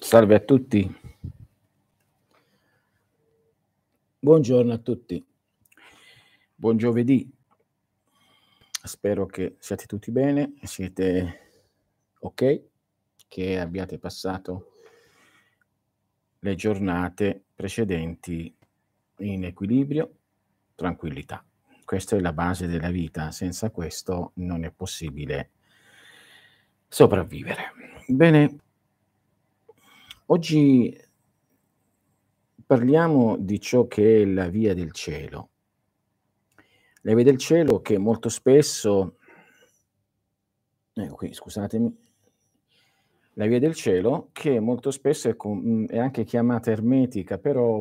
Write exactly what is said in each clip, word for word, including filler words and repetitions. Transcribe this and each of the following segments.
Salve a tutti. Buongiorno a tutti. Buon giovedì. Spero che siate tutti bene, siete okay, che abbiate passato le giornate precedenti in equilibrio, tranquillità. Questa è la base della vita, senza questo non è possibile sopravvivere. Bene, oggi parliamo di ciò che è la via del cielo. La via del cielo che molto spesso ecco qui scusatemi, la via del cielo che molto spesso è com mhmm, è anche chiamata ermetica, però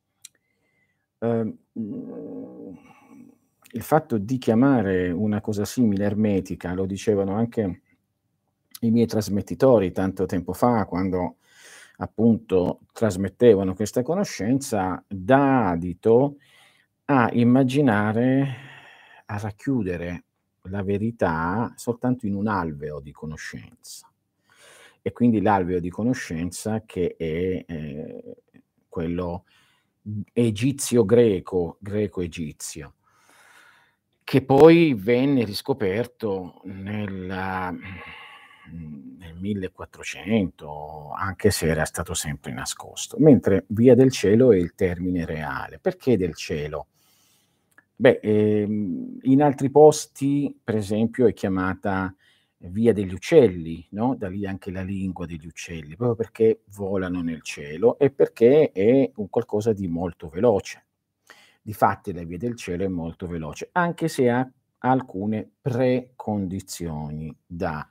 ehm, mhmm, il fatto di chiamare una cosa simile ermetica, lo dicevano anche i miei trasmettitori tanto tempo fa, quando appunto trasmettevano questa conoscenza, dà adito a immaginare, a racchiudere la verità soltanto in un alveo di conoscenza. E quindi l'alveo di conoscenza che è, ehm, quello, mhmm, egizio-greco, greco-egizio, che poi venne riscoperto nella mhmm, nel millequattrocento, anche se era stato sempre nascosto. Mentre via del cielo è il termine reale. Perché del cielo? Beh, ehm, in altri posti, per esempio, è chiamata via degli uccelli, no, da lì anche la lingua degli uccelli, proprio perché volano nel cielo e perché è un qualcosa di molto veloce. Difatti la via del cielo è molto veloce, anche se ha alcune precondizioni da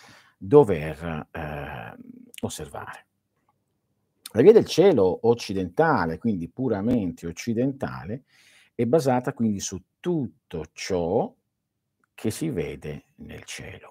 dover, ehm, osservare. La via del cielo occidentale, quindi puramente occidentale, è basata quindi su tutto ciò che si vede nel cielo.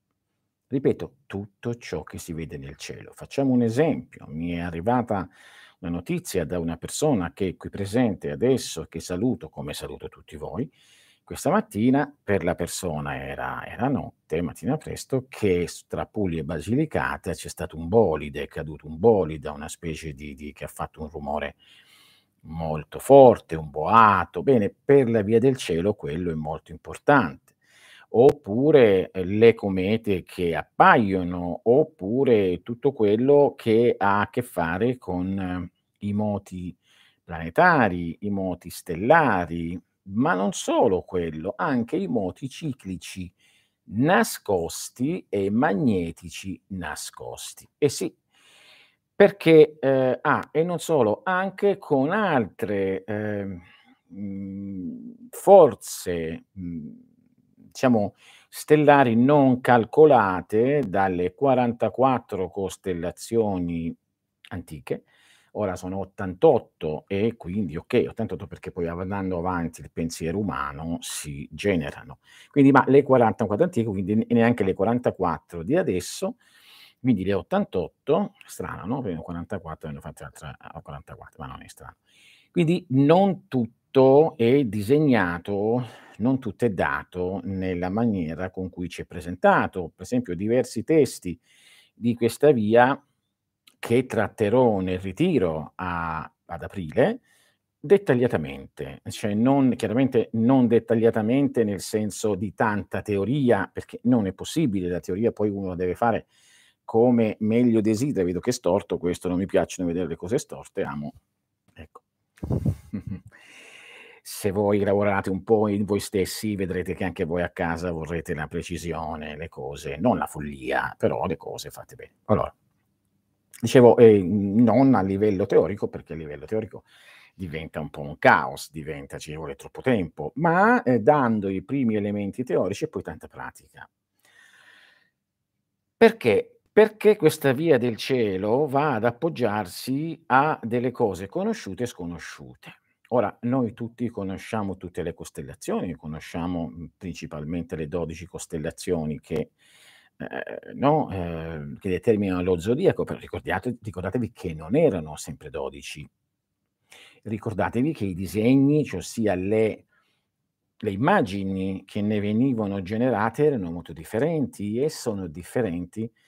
Ripeto, tutto ciò che si vede nel cielo. Facciamo un esempio: mi è arrivata una notizia da una persona che è qui presente adesso, che saluto, come saluto tutti voi, questa mattina. Per la persona era era notte, mattina presto, che s tra Puglia e Basilicata c'è stato un bolide, è caduto un bolide, una specie di di che ha fatto un rumore molto forte, un boato. Bene, per la via del cielo quello è molto importante. Oppure, ehm, le comete che appaiono, oppure tutto quello che ha a che fare con eh, i moti planetari, i moti stellari, ma non solo quello, anche i moti ciclici nascosti e magnetici nascosti. Eh sì, perché ehm, ah, e non solo, anche con altre, ehm, mhmm, forze, mhmm, diciamo stellari non calcolate dalle quarantaquattro costellazioni antiche. Ora sono ottantotto e quindi okay, ottantotto perché poi andando avanti il pensiero umano si generano. Quindi ma le quarantaquattro antiche, quindi ne neanche le quarantaquattro di adesso, quindi le ottantotto, strano, no, perché quarantaquattro ne hanno fatte altre a quarantaquattro, ma non è strano. Quindi non tutto è disegnato, non tutto è dato nella maniera con cui ci è presentato. Per esempio diversi testi di questa via, che tratterò nel ritiro a ad aprile, dettagliatamente, cioè non chiaramente non dettagliatamente nel senso di tanta teoria, perché non è possibile, la teoria poi uno la deve fare come meglio desidera. Vedo che è storto questo, non mi piacciono vedere le cose storte, amo ecco. Se voi lavorate un po' in voi stessi, vedrete che anche voi a casa vorrete la precisione, le cose, non la follia, però le cose fatte bene. Allora, dicevo, ehm, non a livello teorico, perché a livello teorico diventa un po' un caos, diventa ci vuole troppo tempo, ma, ehm, dando i primi elementi teorici e poi tanta pratica. Perché? Perché questa via del cielo va ad appoggiarsi a delle cose conosciute e sconosciute. Ora, noi tutti conosciamo tutte le costellazioni, conosciamo, mhmm, principalmente le dodici costellazioni che, ehm, no, ehm, che determinano lo zodiaco, però ricordiate ricordatevi che non erano sempre dodici. Ricordatevi che i disegni, cioè ossia le le immagini che ne venivano generate erano molto differenti e sono differenti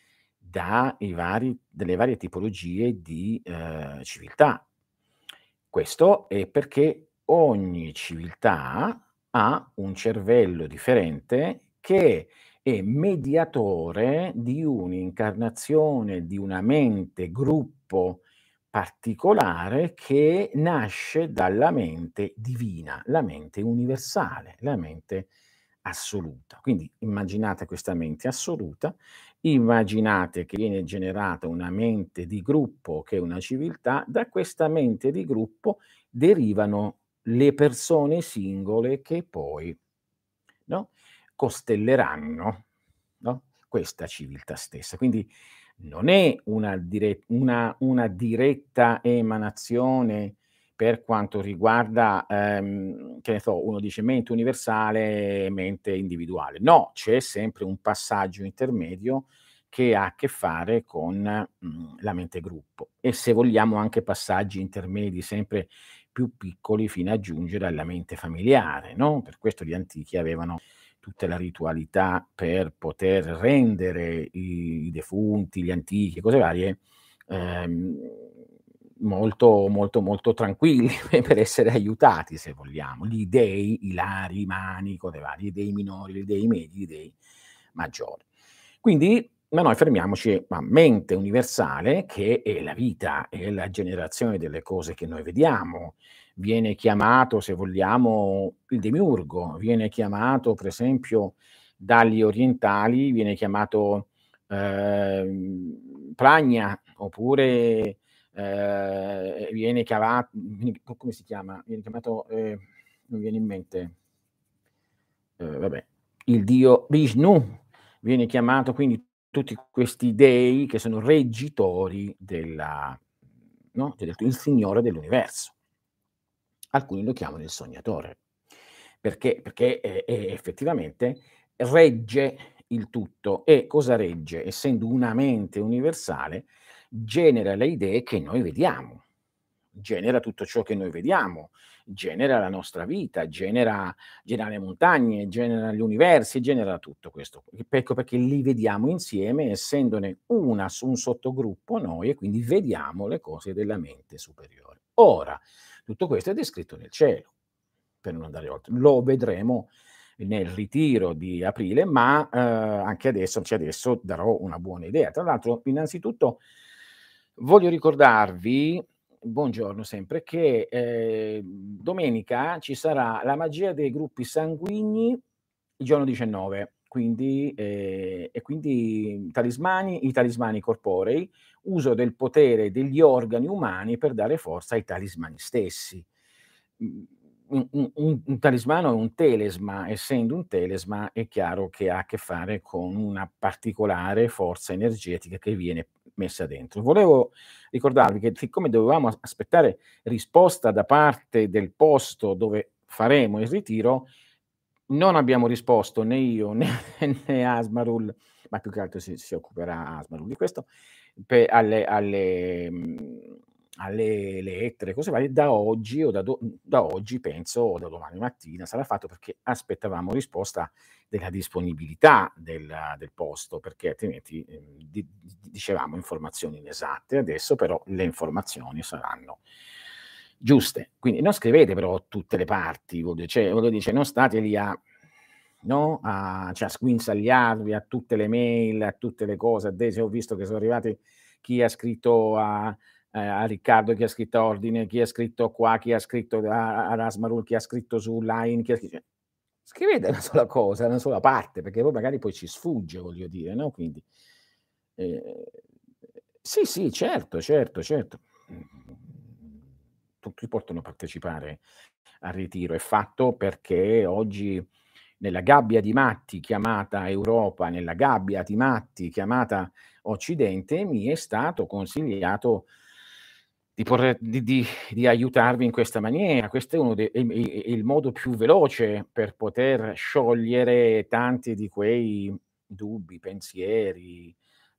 dai vari delle varie tipologie di, ehm, civiltà. Questo è perché ogni civiltà ha un cervello differente che è mediatore di un'incarnazione di una mente gruppo particolare che nasce dalla mente divina, la mente universale, la mente assoluta. Quindi immaginate questa mente assoluta, immaginate che viene generata una mente di gruppo che è una civiltà, da questa mente di gruppo derivano le persone singole che poi, no, costelleranno, no, questa civiltà stessa. Quindi non è una dire una una diretta emanazione per quanto riguarda, ehm, che ne so, uno dice mente universale, mente individuale. No, c'è sempre un passaggio intermedio che ha a che fare con, mhmm, la mente gruppo e se vogliamo anche passaggi intermedi sempre più piccoli fino a giungere alla mente familiare, no, per questo gli antichi avevano tutta la ritualità per poter rendere i i defunti, gli antichi e cose varie, ehm, molto, molto, molto tranquilli per essere aiutati se vogliamo. Gli dei, i lari, i mani, cose varie, i dei minori, i dei medi, i dei maggiori. Quindi, ma noi fermiamoci a mente universale che è la vita, è la generazione delle cose che noi vediamo. Viene chiamato, se vogliamo, il demiurgo, viene chiamato per esempio dagli orientali, viene chiamato, ehm, Pragna, oppure, ehm, viene chiava viene co come si chiama? Viene chiamato, ehm, non mi viene in mente. Ehm, vabbè, il dio Vishnu viene chiamato, quindi tutti questi dei che sono reggitori della, no, del il signore dell'universo. Alcuni lo chiamano il sognatore. Perché? Perché, ehm, ehm, effettivamente regge il tutto e cosa regge? Essendo una mente universale, genera le idee che noi vediamo, genera tutto ciò che noi vediamo, genera la nostra vita, genera genera le montagne, genera gli universi, genera tutto questo. Ecco perché li vediamo insieme, essendone una su un sottogruppo noi e quindi vediamo le cose della mente superiore. Ora, tutto questo è descritto nel cielo, per non andare oltre. Lo vedremo nel ritiro di aprile, ma, ehm, anche adesso cioè adesso darò una buona idea. Tra l'altro, innanzitutto voglio ricordarvi, buongiorno sempre, che, ehm, domenica ci sarà la magia dei gruppi sanguigni il giorno diciannove, quindi ehm, e quindi talismani i talismani corporei, uso del potere degli organi umani per dare forza ai talismani stessi. Mhmm, un un un un talismano è un telesma, essendo un telesma è chiaro che ha a che fare con una particolare forza energetica che viene messa dentro. Volevo ricordarvi che siccome dovevamo as aspettare risposta da parte del posto dove faremo il ritiro, non abbiamo risposto né io né né Asmarul, ma più che altro si si occuperà Asmarul di questo, pe alle alle mhmm, alle lettere, cose varie, da oggi o da do mhmm, da oggi penso o da domani mattina sarà fatto, perché aspettavamo risposta della disponibilità del del posto, perché altrimenti, ehm, di di dicevamo informazioni inesatte. Adesso però le informazioni saranno giuste. Quindi non scrivete però tutte le parti, voglio cioè voglio dice, non state lì a, no, a cioè a sguinzagliarvi a tutte le mail, a tutte le cose. Adesso ho visto che sono arrivati chi ha scritto a ehm, a Riccardo, chi ha scritto a Ordine, chi ha scritto qua, chi ha scritto a ad Asmarul, chi ha scritto su Line, chi ha scri scrivete una sola cosa, una sola parte, perché poi magari poi ci sfugge, voglio dire, no, quindi, ehm, sì, sì, certo, certo, certo. Mhmm, tutti possono partecipare al ritiro. È fatto perché oggi nella gabbia di matti chiamata Europa, nella gabbia di matti chiamata Occidente, mi è stato consigliato di porre di di di aiutarvi in questa maniera. Questo è uno de è è è il modo più veloce per poter sciogliere tanti di quei dubbi, pensieri,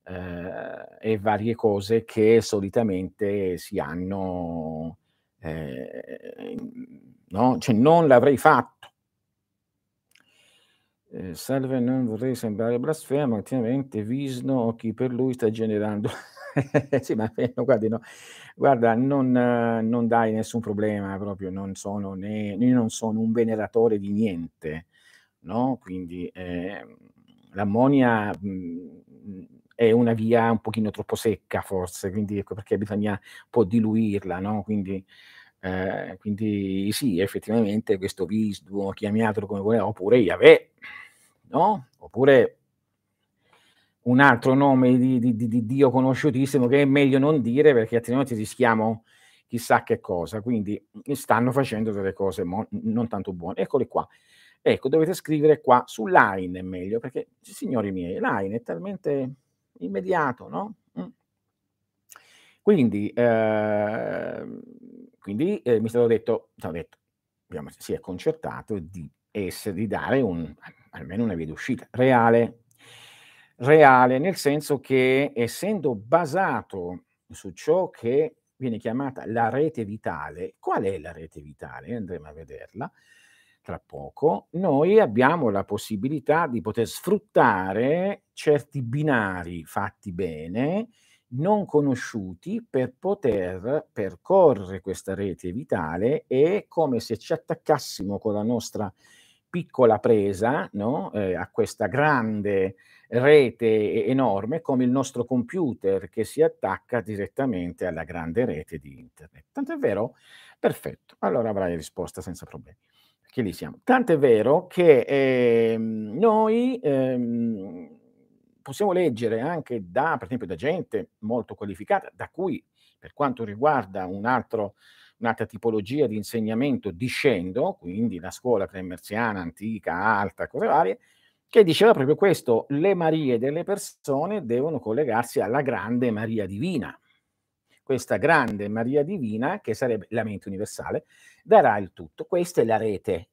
ehm, e varie cose che solitamente si hanno, ehm, no, cioè non l'avrei fatto. Ehm, salve, non vorrei sembrare blasfemo, ultimamente Visno o chi per lui sta generando sì, ma guardi no guarda non non dai nessun problema, proprio non sono né io non sono un veneratore di niente, no, quindi, ehm, l'ammonia, mhmm, è una via un pochino troppo secca forse, quindi ecco perché bisogna un po' diluirla, no, quindi ehm, quindi sì, effettivamente questo Visduo, chiamiatelo come vuoi, oppure Yahweh, no, oppure un altro nome di di di di Dio conosciutissimo che è meglio non dire perché altrimenti rischiamo chissà che cosa. Quindi, mhmm, stanno facendo delle cose mo n non tanto buone. Eccole qua. Ecco, dovete scrivere qua su Line è meglio, perché signori miei, Line è talmente immediato, no, mh. Quindi, ehm, quindi, ehm, mi è stato detto stato detto, abbiamo si è concertato di esse di dare un a almeno una via d'uscita reale. Reale, nel senso che essendo basato su ciò che viene chiamata la rete vitale, qual è la rete vitale? Andremo a vederla tra poco. Noi abbiamo la possibilità di poter sfruttare certi binari fatti bene, non conosciuti, per poter percorrere questa rete vitale e come se ci attaccassimo con la nostra piccola presa, no, ehm, a questa grande rete e enorme, come il nostro computer che si attacca direttamente alla grande rete di internet. Tant'è vero perfetto, allora avrai risposta senza problemi, perché lì siamo. Tant'è vero che, ehm, noi, ehm, possiamo leggere anche da per esempio da gente molto qualificata, da cui per quanto riguarda un altro un'altra tipologia di insegnamento discendo, quindi la scuola cremerziana antica, alta, cose varie, che diceva proprio questo: le Marie delle persone devono collegarsi alla grande Maria divina. Questa grande Maria divina, che sarebbe la mente universale, darà il tutto. Questa è la rete.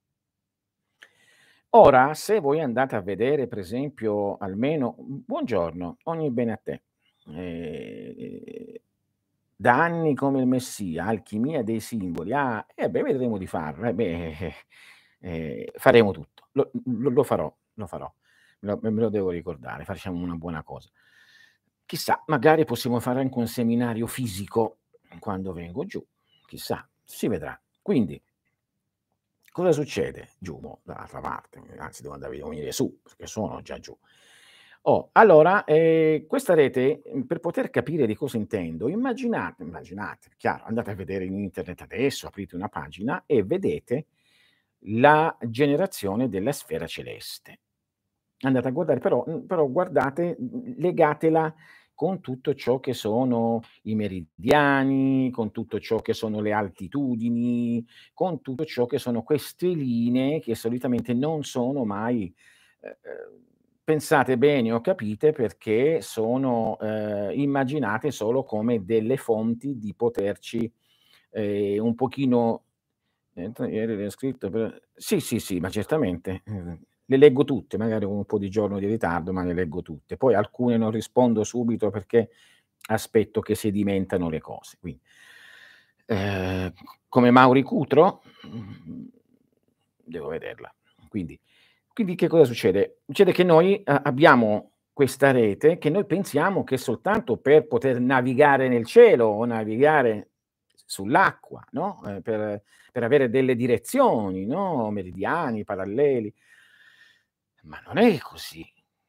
Ora, se voi andate a vedere per esempio almeno mhmm, buongiorno, ogni bene a te. Ehm, da anni come il Messia, alchimia dei simboli, ah, eh beh, vedremo di farlo, eh beh, eh, ehm, faremo tutto. Lo lo lo farò, lo farò. Me lo me lo devo ricordare, facciamo una buona cosa. Chissà, magari possiamo fare anche un seminario fisico quando vengo giù, chissà, si vedrà. Quindi cosa succede giù mo dall'altra parte? Anzi devo andare devo venire su, perché sono già giù. Oh, allora, ehm, questa rete, mhmm, per poter capire di cosa intendo, immaginate immaginate, chiaro, andate a vedere in internet adesso, aprite una pagina e vedete la generazione della sfera celeste. Andate a guardare, però mhmm, però guardate, mhmm, legatela con tutto ciò che sono i meridiani, con tutto ciò che sono le altitudini, con tutto ciò che sono queste linee che solitamente non sono mai, ehm, pensate bene o capite perché sono, ehm, immaginate solo come delle fonti di poterci, ehm, un pochino Entra ieri le ha scritto per sì, sì, sì, ma certamente. Mhmm, le leggo tutte, magari con un po' di giorno di ritardo, ma le leggo tutte. Poi alcune non rispondo subito perché aspetto che sedimentano le cose. Quindi, ehm, come Mauri Cutro? Mhmm, devo vederla. Quindi quindi che cosa succede? Succede che noi a abbiamo questa rete che noi pensiamo che soltanto per poter navigare nel cielo o navigare s sull'acqua, no, ehm, per per avere delle direzioni, no, meridiani, paralleli, ma non è così.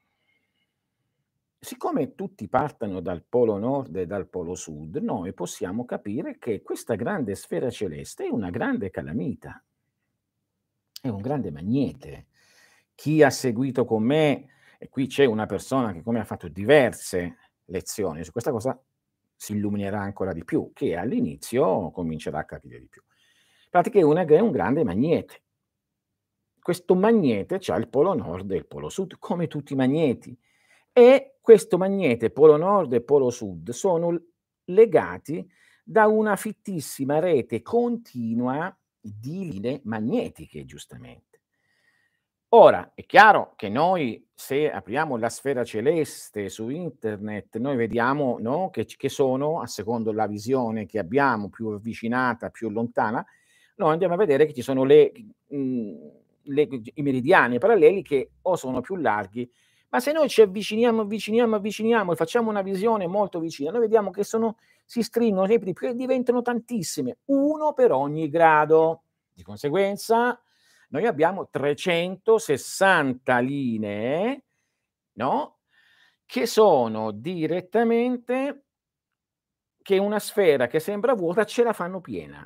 Siccome tutti partono dal polo nord e dal polo sud, noi possiamo capire che questa grande sfera celeste è una grande calamita, è un grande magnete. Chi ha seguito con me e qui c'è una persona che come ha fatto diverse lezioni su questa cosa, si illuminerà ancora di più, che all'inizio comincerà a capire di più. In pratica è una è un grande magnete. Questo magnete c'ha il polo nord e il polo sud, come tutti i magneti. E questo magnete polo nord e polo sud sono l legati da una fittissima rete continua di linee magnetiche, giustamente. Ora, è chiaro che noi se apriamo la sfera celeste su internet, noi vediamo, no, che c che sono, a secondo la visione che abbiamo, più avvicinata, più lontana, noi andiamo a vedere che ci sono le mhmm le i meridiani paralleli che o sono più larghi, ma se noi ci avviciniamo, avviciniamo, avviciniamo e facciamo una visione molto vicina, noi vediamo che sono si stringono sempre di più e diventano tantissime, uno per ogni grado. Di conseguenza noi abbiamo trecentosessanta linee, no, che sono direttamente che una sfera che sembra vuota ce la fanno piena.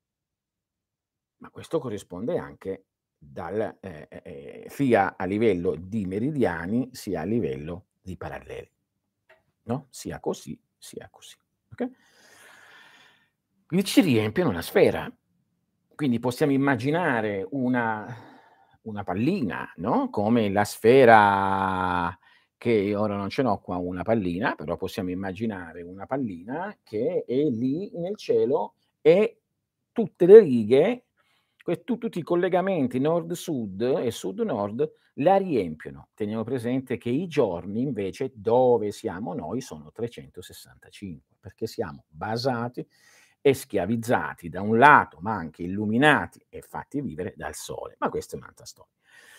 Ma questo corrisponde anche dal ehm, ehm, sia a livello di meridiani, sia a livello di paralleli, no, sia così, sia così, okay? Quindi ci riempiono la sfera. Quindi possiamo immaginare una una pallina, no, come la sfera che ora non ce n'ho qua una pallina, però possiamo immaginare una pallina che è lì nel cielo e tutte le righe, que tu tutti i collegamenti nord-sud e sud-nord la riempiono. Teniamo presente che i giorni invece dove siamo noi sono trecentosessantacinque, perché siamo basati e schiavizzati da un lato, ma anche illuminati e fatti vivere dal sole. Ma questa è un'altra storia.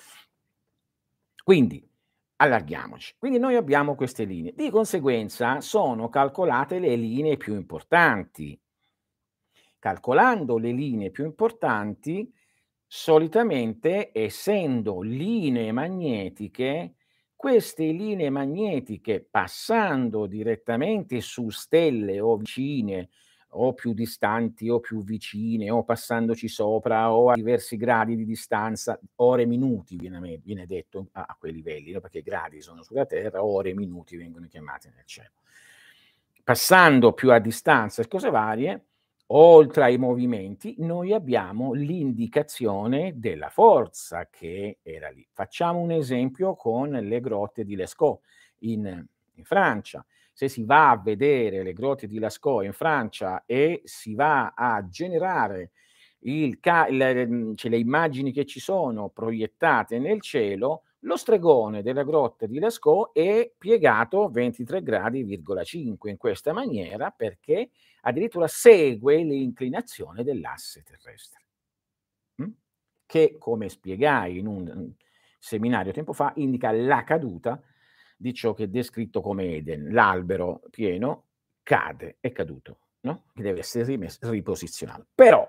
Quindi allarghiamoci. Quindi noi abbiamo queste linee. Di conseguenza sono calcolate le linee più importanti. Calcolando le linee più importanti, solitamente essendo linee magnetiche, queste linee magnetiche passando direttamente su stelle o vicine o più distanti o più vicine o passandoci sopra o a diversi gradi di distanza, ore, minuti viene me viene detto a a quei livelli, no, perché gradi sono sulla Terra, ore, minuti vengono chiamati nel cielo. Passando più a distanza e cose varie, oltre ai movimenti, noi abbiamo l'indicazione della forza che era lì. Facciamo un esempio con le grotte di Lascaux in in Francia. Se si va a vedere le grotte di Lascaux in Francia e si va a generare il ca il mhmm, cioè le immagini che ci sono proiettate nel cielo, lo stregone della grotta di Lascaux è piegato ventitré gradi virgola cinque in questa maniera, perché addirittura segue l'inclinazione dell'asse terrestre. Mh? Che, come spiegai in un, mhmm, seminario tempo fa, indica la caduta di ciò che è descritto come Eden. L'albero pieno cade, è caduto, no, che deve essere rimes riposizionato. Però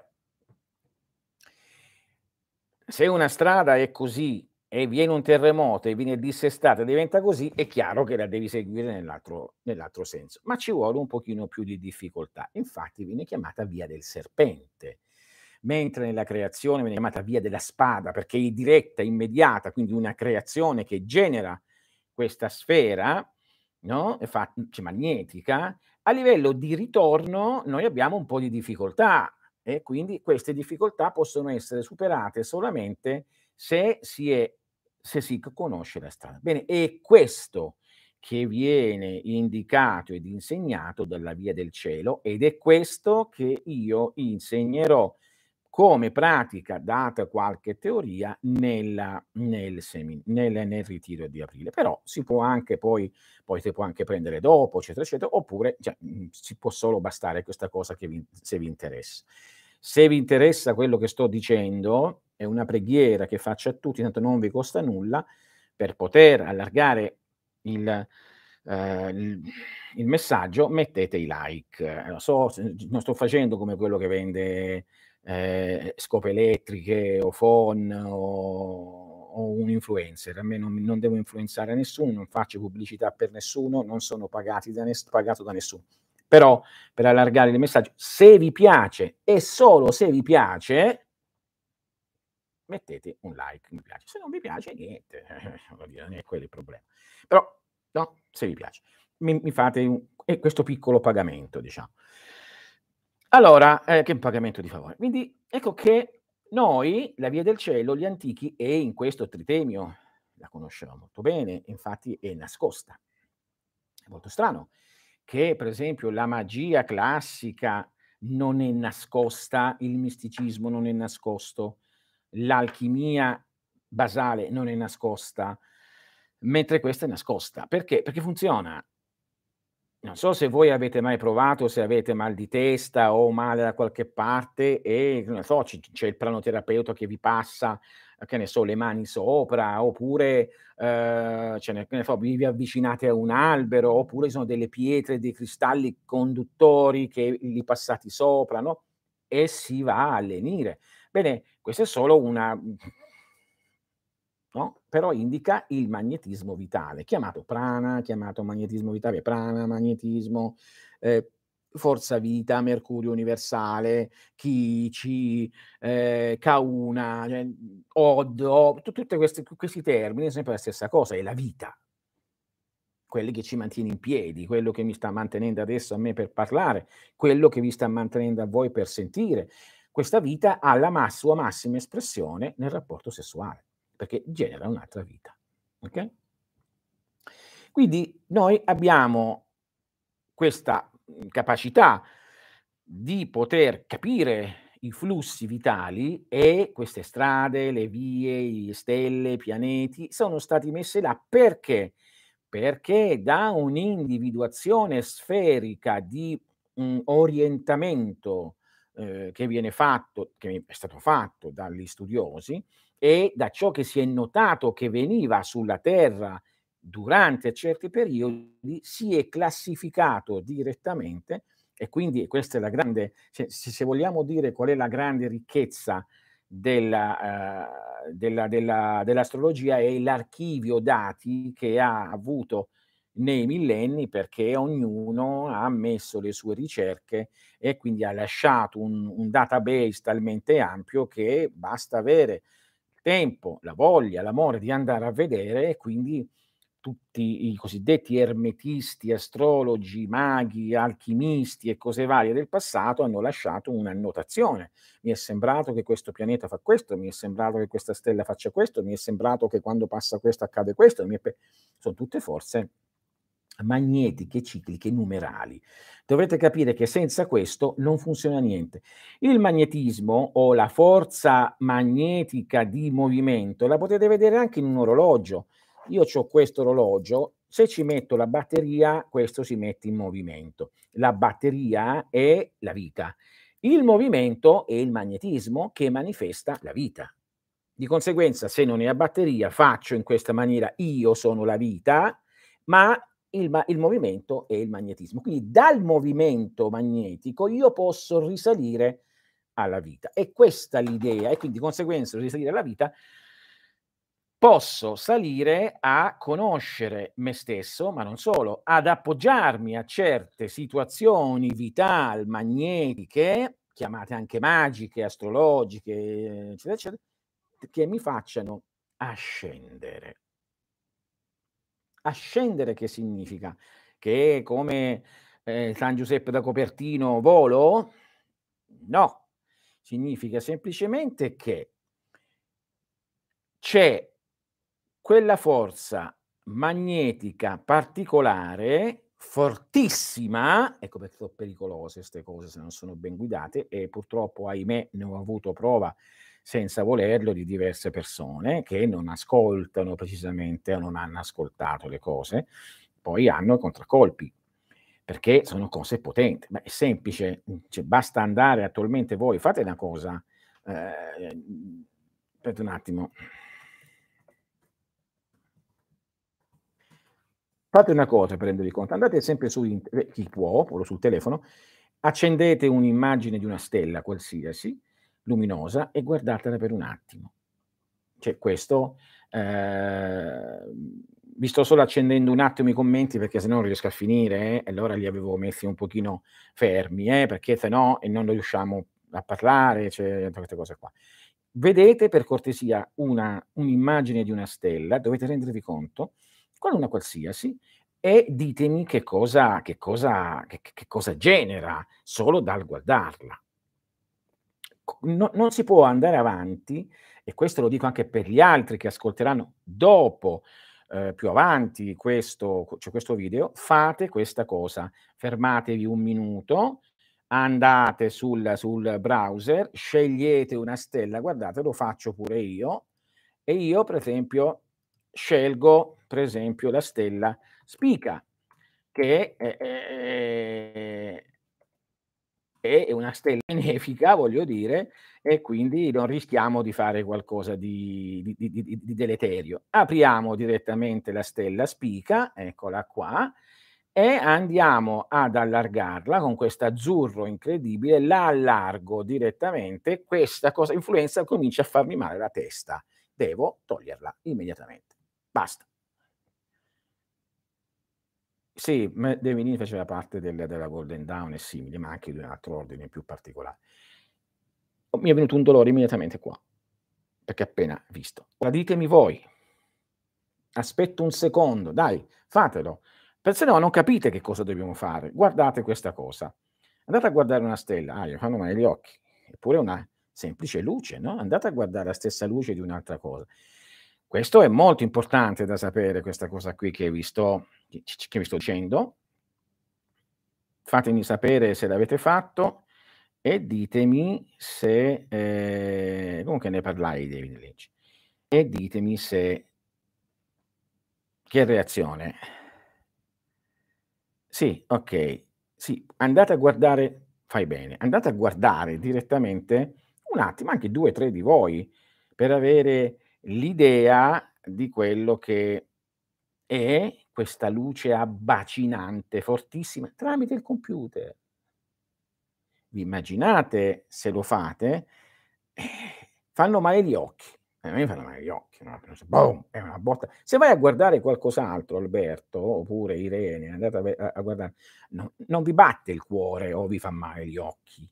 se una strada è così e viene un terremoto e viene dissestata e diventa così, è chiaro che la devi seguire nell'altro nell'altro senso, ma ci vuole un pochino più di difficoltà. Infatti viene chiamata via del serpente, mentre nella creazione viene chiamata via della spada perché è diretta, immediata, quindi una creazione che genera questa sfera, no, è fa cioè magnetica, a livello di ritorno noi abbiamo un po' di difficoltà e quindi queste difficoltà possono essere superate solamente se si è se si c conosce la strada. Bene, è questo che viene indicato ed insegnato dalla via del cielo ed è questo che io insegnerò come pratica, data qualche teoria, nella nel semi nel nel ritiro di aprile. Però si può anche poi poi si può anche prendere dopo, eccetera, eccetera, oppure cioè, mhmm, ci può solo bastare questa cosa che vi se vi interessa. Se vi interessa quello che sto dicendo, è una preghiera che faccio a tutti, tanto non vi costa nulla, per poter allargare il ehm, il il messaggio, mettete i like. Eh, lo so, s non sto facendo come quello che vende, ehm, scope elettriche o phon o o un influencer. A me non non devo influenzare nessuno, non faccio pubblicità per nessuno, non sono pagati da ness pagato da nessuno. Però per allargare il messaggio, se vi piace e solo se vi piace mettete un like, mi piace. Se non vi piace niente, voglio dire, non è quello il problema. Però, no, se vi piace. Mi mi fate un e questo piccolo pagamento, diciamo. Allora, ehm, che è un pagamento di favore. Quindi ecco che noi, la via del cielo, gli antichi, e in questo Tritemio la conoscevamo molto bene, infatti è nascosta. È molto strano che, per esempio, la magia classica non è nascosta, il misticismo non è nascosto, l'alchimia basale non è nascosta, mentre questa è nascosta. Perché? Perché funziona. Non so se voi avete mai provato, se avete mal di testa o male da qualche parte e, che ne so, ci c'è il pranoterapeuta che vi passa, che ne so, le mani sopra, oppure, ehm, ce ne che ne so, vi vi avvicinate a un albero, oppure ci sono delle pietre, dei cristalli conduttori che li passati sopra, no, e si va a lenire. Bene, questo è solo una mhmm, no, però indica il magnetismo vitale, chiamato prana, chiamato magnetismo vitale, prana, magnetismo, ehm, forza vita, mercurio universale, chi, chi, ehm, kauna, cioè, mhmm, od, o tu tutte queste questi termini è sempre la stessa cosa, è la vita. Quelli che ci mantiene in piedi, quello che mi sta mantenendo adesso a me per parlare, quello che vi sta mantenendo a voi per sentire. Questa vita ha la ma sua massima espressione nel rapporto sessuale, perché genera un'altra vita, okay? Quindi noi abbiamo questa, mhmm, capacità di poter capire i flussi vitali e queste strade, le vie, le stelle, i pianeti sono stati messi là perché? Perché da un'individuazione sferica di, mhmm, orientamento, ehm, che viene fatto che è stato fatto dagli studiosi e da ciò che si è notato che veniva sulla Terra durante certi periodi, si è classificato direttamente e quindi questa è la grande se se se vogliamo dire qual è la grande ricchezza della ehm, della della dell'astrologia è l'archivio dati che ha avuto nei millenni, perché ognuno ha messo le sue ricerche e quindi ha lasciato un un database talmente ampio che basta avere il tempo, la voglia, l'amore di andare a vedere e quindi tutti i cosiddetti ermetisti, astrologi, maghi, alchimisti e cose varie del passato hanno lasciato un'annotazione. Mi è sembrato che questo pianeta fa questo, mi è sembrato che questa stella faccia questo, mi è sembrato che quando passa questo accade questo, mi è pe son tutte forze magnetiche, cicliche, numerali. Dovrete capire che senza questo non funziona niente. Il magnetismo o la forza magnetica di movimento la potete vedere anche in un orologio. Io c'ho questo orologio, se ci metto la batteria, questo si mette in movimento. La batteria è la vita. Il movimento è il magnetismo che manifesta la vita. Di conseguenza, se non è a batteria, faccio in questa maniera, io sono la vita, ma il ma il movimento è il magnetismo. Quindi dal movimento magnetico io posso risalire alla vita. È questa l'idea e quindi di conseguenza risalire alla vita posso salire a conoscere me stesso, ma non solo, ad appoggiarmi a certe situazioni vital magnetiche, chiamate anche magiche, astrologiche, eccetera, eccetera, che mi facciano ascendere. Ascendere che significa? Che come, ehm, San Giuseppe da Copertino volo? No, significa semplicemente che c'è quella forza magnetica particolare, fortissima, ecco perché so' pericolose 'ste cose se non sono ben guidate e purtroppo, ahimè, ne ho avuto prova senza volerlo di diverse persone che non ascoltano precisamente o non hanno ascoltato le cose, poi hanno contraccolpi, perché sono cose potenti. Beh, è semplice, mhmm, cioè basta andare attualmente voi fate una cosa, ehm, aspetta un attimo. Fate una cosa per rendervi conto, andate sempre su int eh, chi può, o sul telefono, accendete un'immagine di una stella qualsiasi, luminosa, e guardatela per un attimo. Cioè questo, ehm, vi sto solo accendendo un attimo i commenti perché se no non riesco a finire, eh, e allora li avevo messi un pochino fermi, eh, perché se no e non riusciamo a parlare, cioè tutte queste cose qua. Vedete per cortesia una un'immagine di una stella, dovete rendervi conto, con una qualsiasi, e ditemi che cosa che cosa che che che cosa genera solo dal guardarla. Co no non si può andare avanti, e questo lo dico anche per gli altri che ascolteranno dopo, ehm, più avanti questo cioè questo video, fate questa cosa: fermatevi un minuto, andate sul sul browser, scegliete una stella, guardate lo faccio pure io, e io per esempio scelgo per esempio la stella Spica che è, ehm è una stella benefica, voglio dire, e quindi non rischiamo di fare qualcosa di di di di di deleterio. Apriamo direttamente la stella Spica, eccola qua, e andiamo ad allargarla con quest'azzurro incredibile, la allargo direttamente, questa cosa influenza comincia a farmi male la testa. Devo toglierla immediatamente. Basta. Sì, me David faceva parte del della Golden Dawn e simili, ma anche di un altro ordine più particolare. O mi è venuto un dolore immediatamente qua, perché appena visto. Ora ditemi voi, aspetto un secondo, dai, fatelo, per se no non capite che cosa dobbiamo fare. Guardate questa cosa. Andate a guardare una stella, ah, mi fanno male gli occhi, eppure è una semplice luce, no, andate a guardare la stessa luce di un'altra cosa. Questo è molto importante da sapere, questa cosa qui che vi sto che c che vi sto dicendo. Fatemi sapere se l'avete fatto e ditemi se ehm, comunque ne parlai di David Lynch, e ditemi se che reazione sì, okay. Sì, andate a guardare fai bene, andate a guardare direttamente un attimo, anche due, tre di voi, per avere l'idea di quello che è questa luce abbacinante, fortissima, tramite il computer. Vi immaginate se lo fate? Eh, fanno male gli occhi. A me fanno male gli occhi, no, boom, è una botta. Se vai a guardare qualcos'altro Alberto, oppure Irene, andate a ve a a guardare, no, non vi batte il cuore o vi fa male gli occhi.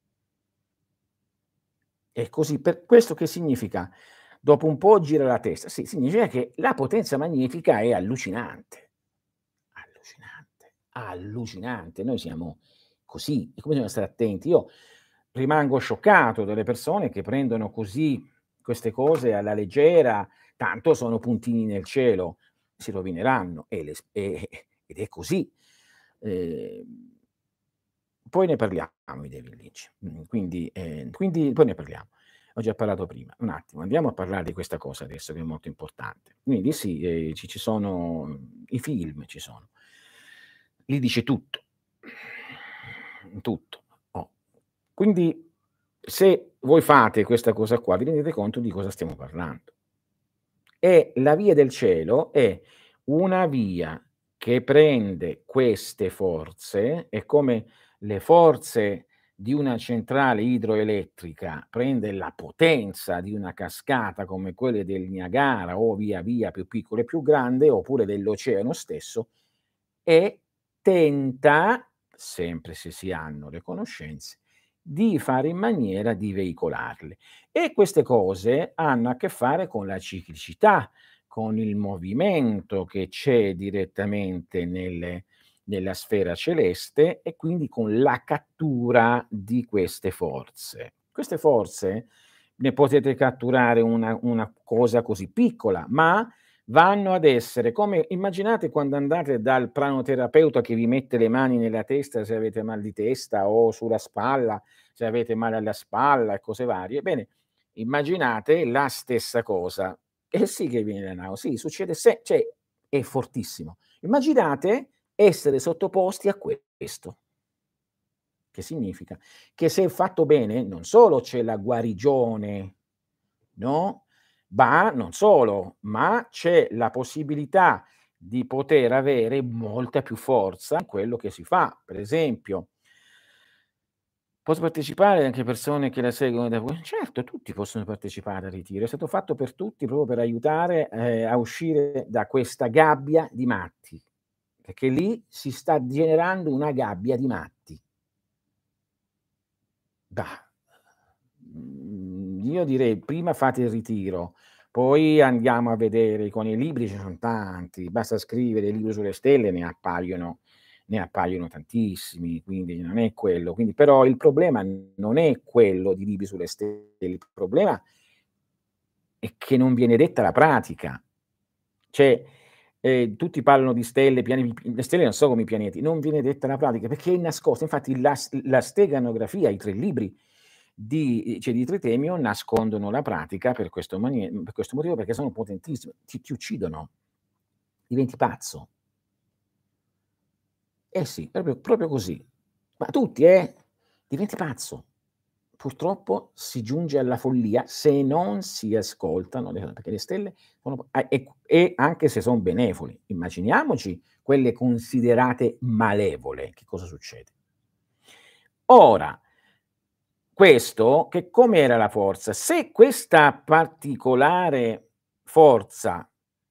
È così. Per questo che significa? Dopo un po' gira la testa. Sì, significa che la potenza magnetica è allucinante. Allucinante, allucinante. Noi siamo così e come bisogna stare attenti. Io rimango scioccato delle persone che prendono così queste cose alla leggera, tanto sono puntini nel cielo, si rovineranno e le s e ed è così. Ehm, poi ne parliamo di David Lynch, mhmm, quindi ehm, quindi poi ne parliamo. Ho già parlato prima. Un attimo, andiamo a parlare di questa cosa adesso che è molto importante. Quindi sì, ehm, ci ci sono i film, ci sono. Lì dice tutto. Tutto. Oh. Quindi se voi fate questa cosa qua, vi rendete conto di cosa stiamo parlando. E la via del cielo è una via che prende queste forze, è come le forze di una centrale idroelettrica prende la potenza di una cascata come quelle del Niagara o via via più piccola e più grande, oppure dell'oceano stesso, e tenta, sempre se si hanno le conoscenze, di fare in maniera di veicolarle. E queste cose hanno a che fare con la ciclicità, con il movimento che c'è direttamente nelle nella sfera celeste e quindi con la cattura di queste forze. Queste forze ne potete catturare una una cosa così piccola, ma vanno ad essere come immaginate quando andate dal pranoterapeuta che vi mette le mani nella testa se avete mal di testa o sulla spalla, se avete male alla spalla e cose varie. Bene, immaginate la stessa cosa. Eh sì che viene da nao sì, succede se cioè è fortissimo. Immaginate essere sottoposti a questo. Che significa? Che se fatto bene non solo c'è la guarigione, no, ma non solo, ma c'è la possibilità di poter avere molta più forza in quello che si fa. Per esempio posso partecipare anche persone che la seguono da voi? Certo, tutti possono partecipare al ritiro. È stato fatto per tutti proprio per aiutare, ehm, a uscire da questa gabbia di matti, perché lì si sta generando una gabbia di matti. Bah, mhmm, io direi prima fate il ritiro, poi andiamo a vedere con i libri ce son tanti, basta scrivere "Il libro sulle stelle" ne appaiono ne appaiono tantissimi, quindi non è quello. Quindi però il problema non è quello di libri sulle stelle, il problema è che non viene detta la pratica. Cioè, ehm, tutti parlano di stelle, piani p le stelle non sono come i pianeti, non viene detta la pratica perché è nascosta. Infatti la s la steganografia, i tre libri di cioè di Tritemio nascondono la pratica per questo manie per questo motivo, perché sono potentissime, ti ti uccidono, diventi pazzo. Eh sì, proprio proprio così. Ma tutti eh. diventi pazzo. Purtroppo si giunge alla follia se non si ascoltano le perché le stelle sono a e e anche se son benevoli. Immaginiamoci quelle considerate malevole, che cosa succede? Ora questo che com'era la forza? Se questa particolare forza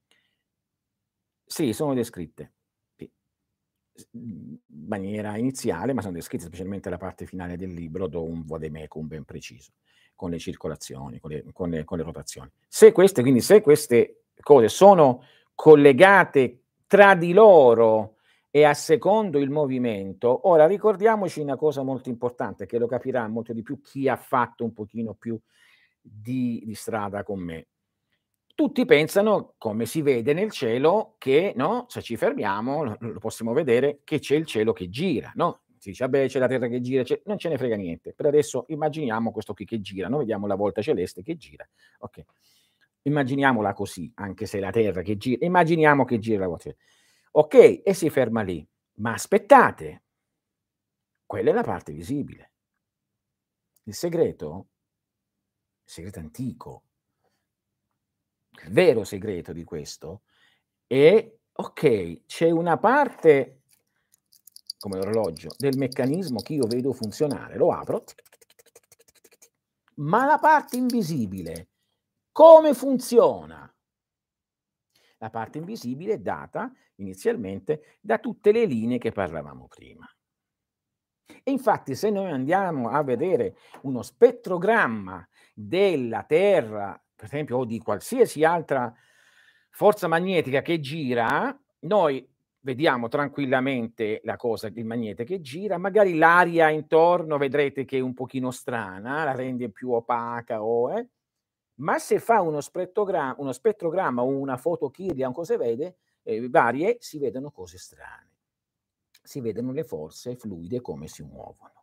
sì, sono descritte. Sì. S mhmm, maniera iniziale, ma sono descritte specialmente la parte finale del libro, do un vademecum ben preciso, con le circolazioni, con le con le con le rotazioni. Se queste quindi se queste cose sono collegate tra di loro e a secondo il movimento, ora ricordiamoci una cosa molto importante, che lo capirà molto di più chi ha fatto un pochino più di di strada con me. Tutti pensano, come si vede nel cielo, che, no, se ci fermiamo lo lo possiamo vedere che c'è il cielo che gira, no, si dice: "Vabbè, c'è la terra che gira, c'è" non ce ne frega niente. Per adesso immaginiamo questo qui che gira, no, vediamo la volta celeste che gira. Okay. Immaginiamola così, anche se la terra che gi immaginiamo che gira la volta okay, e si ferma lì. Ma aspettate, quella è la parte visibile. Il segreto segreto antico, il vero segreto di questo è: okay, c'è una parte, come l'orologio, del meccanismo che io vedo funzionare, lo apro, tic, tic, tic, tic, tic, tic, tic, tic. Ma la parte invisibile come funziona? La parte invisibile è data inizialmente da tutte le linee che parlavamo prima. E infatti se noi andiamo a vedere uno spettrogramma della Terra, per esempio, o di qualsiasi altra forza magnetica che gira, noi vediamo tranquillamente la cosa, il magnete che gira, magari l'aria intorno vedrete che è un pochino strana, la rende più opaca o eh, ma se fa uno spettrogra uno spettrogramma o una foto Kirlian, cose vede, ehm, varie, si vedono cose strane. Si vedono le forze fluide come si muovono.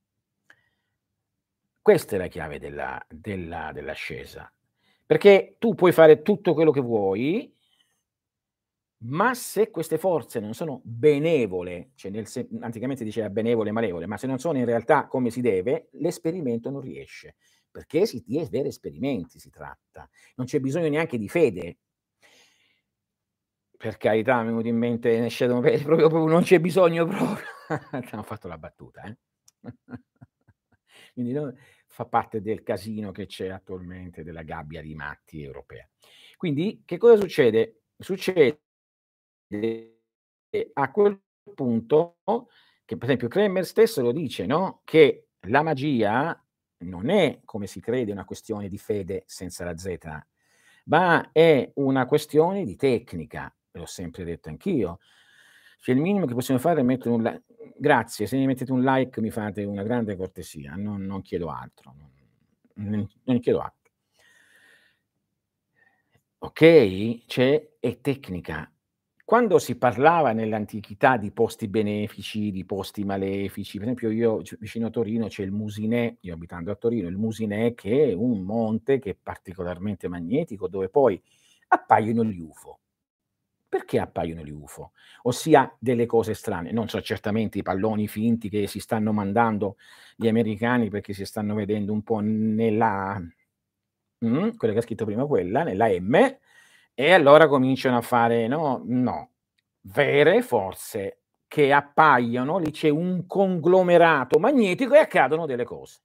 Questa è la chiave della della dell'ascesa, perché tu puoi fare tutto quello che vuoi, ma se queste forze non sono benevole, cioè nel sen anticamente diceva benevole e malevole, ma se non sono in realtà come si deve, l'esperimento non riesce, perché si di veri esperimenti si tratta, non c'è bisogno neanche di fede. Per carità, mi è venuto in mente ne scedono pe proprio proprio non c'è bisogno proprio. Ho fatto la battuta, eh. Quindi no, fa parte del casino che c'è attualmente, della gabbia di matti europea. Quindi che cosa succede? Succede che a quel punto che per esempio Kremer stesso lo dice, no, che la magia non è, come si crede, una questione di fede senza la Z, ma è una questione di tecnica. L'ho sempre detto anch'io. Cioè il minimo che possiamo fare è mettere un li grazie, se mi mettete un like mi fate una grande cortesia, non non chiedo altro, non non chiedo altro. Okay, c'è è tecnica. Quando si parlava nell'antichità di posti benefici, di posti malefici, per esempio io c vicino a Torino c'è il Musinè, io abitando a Torino, il Musinè che è un monte che è particolarmente magnetico, dove poi appaiono gli U F O. Perché appaiono gli U F O? Ossia delle cose strane, non so certamente i palloni finti che si stanno mandando gli americani perché si stanno vedendo un po' nella mh, quella che ha scritto prima quella, nella M, e allora cominciano a fare no, no, vere forze che appaiono, lì c'è un conglomerato magnetico e accadono delle cose.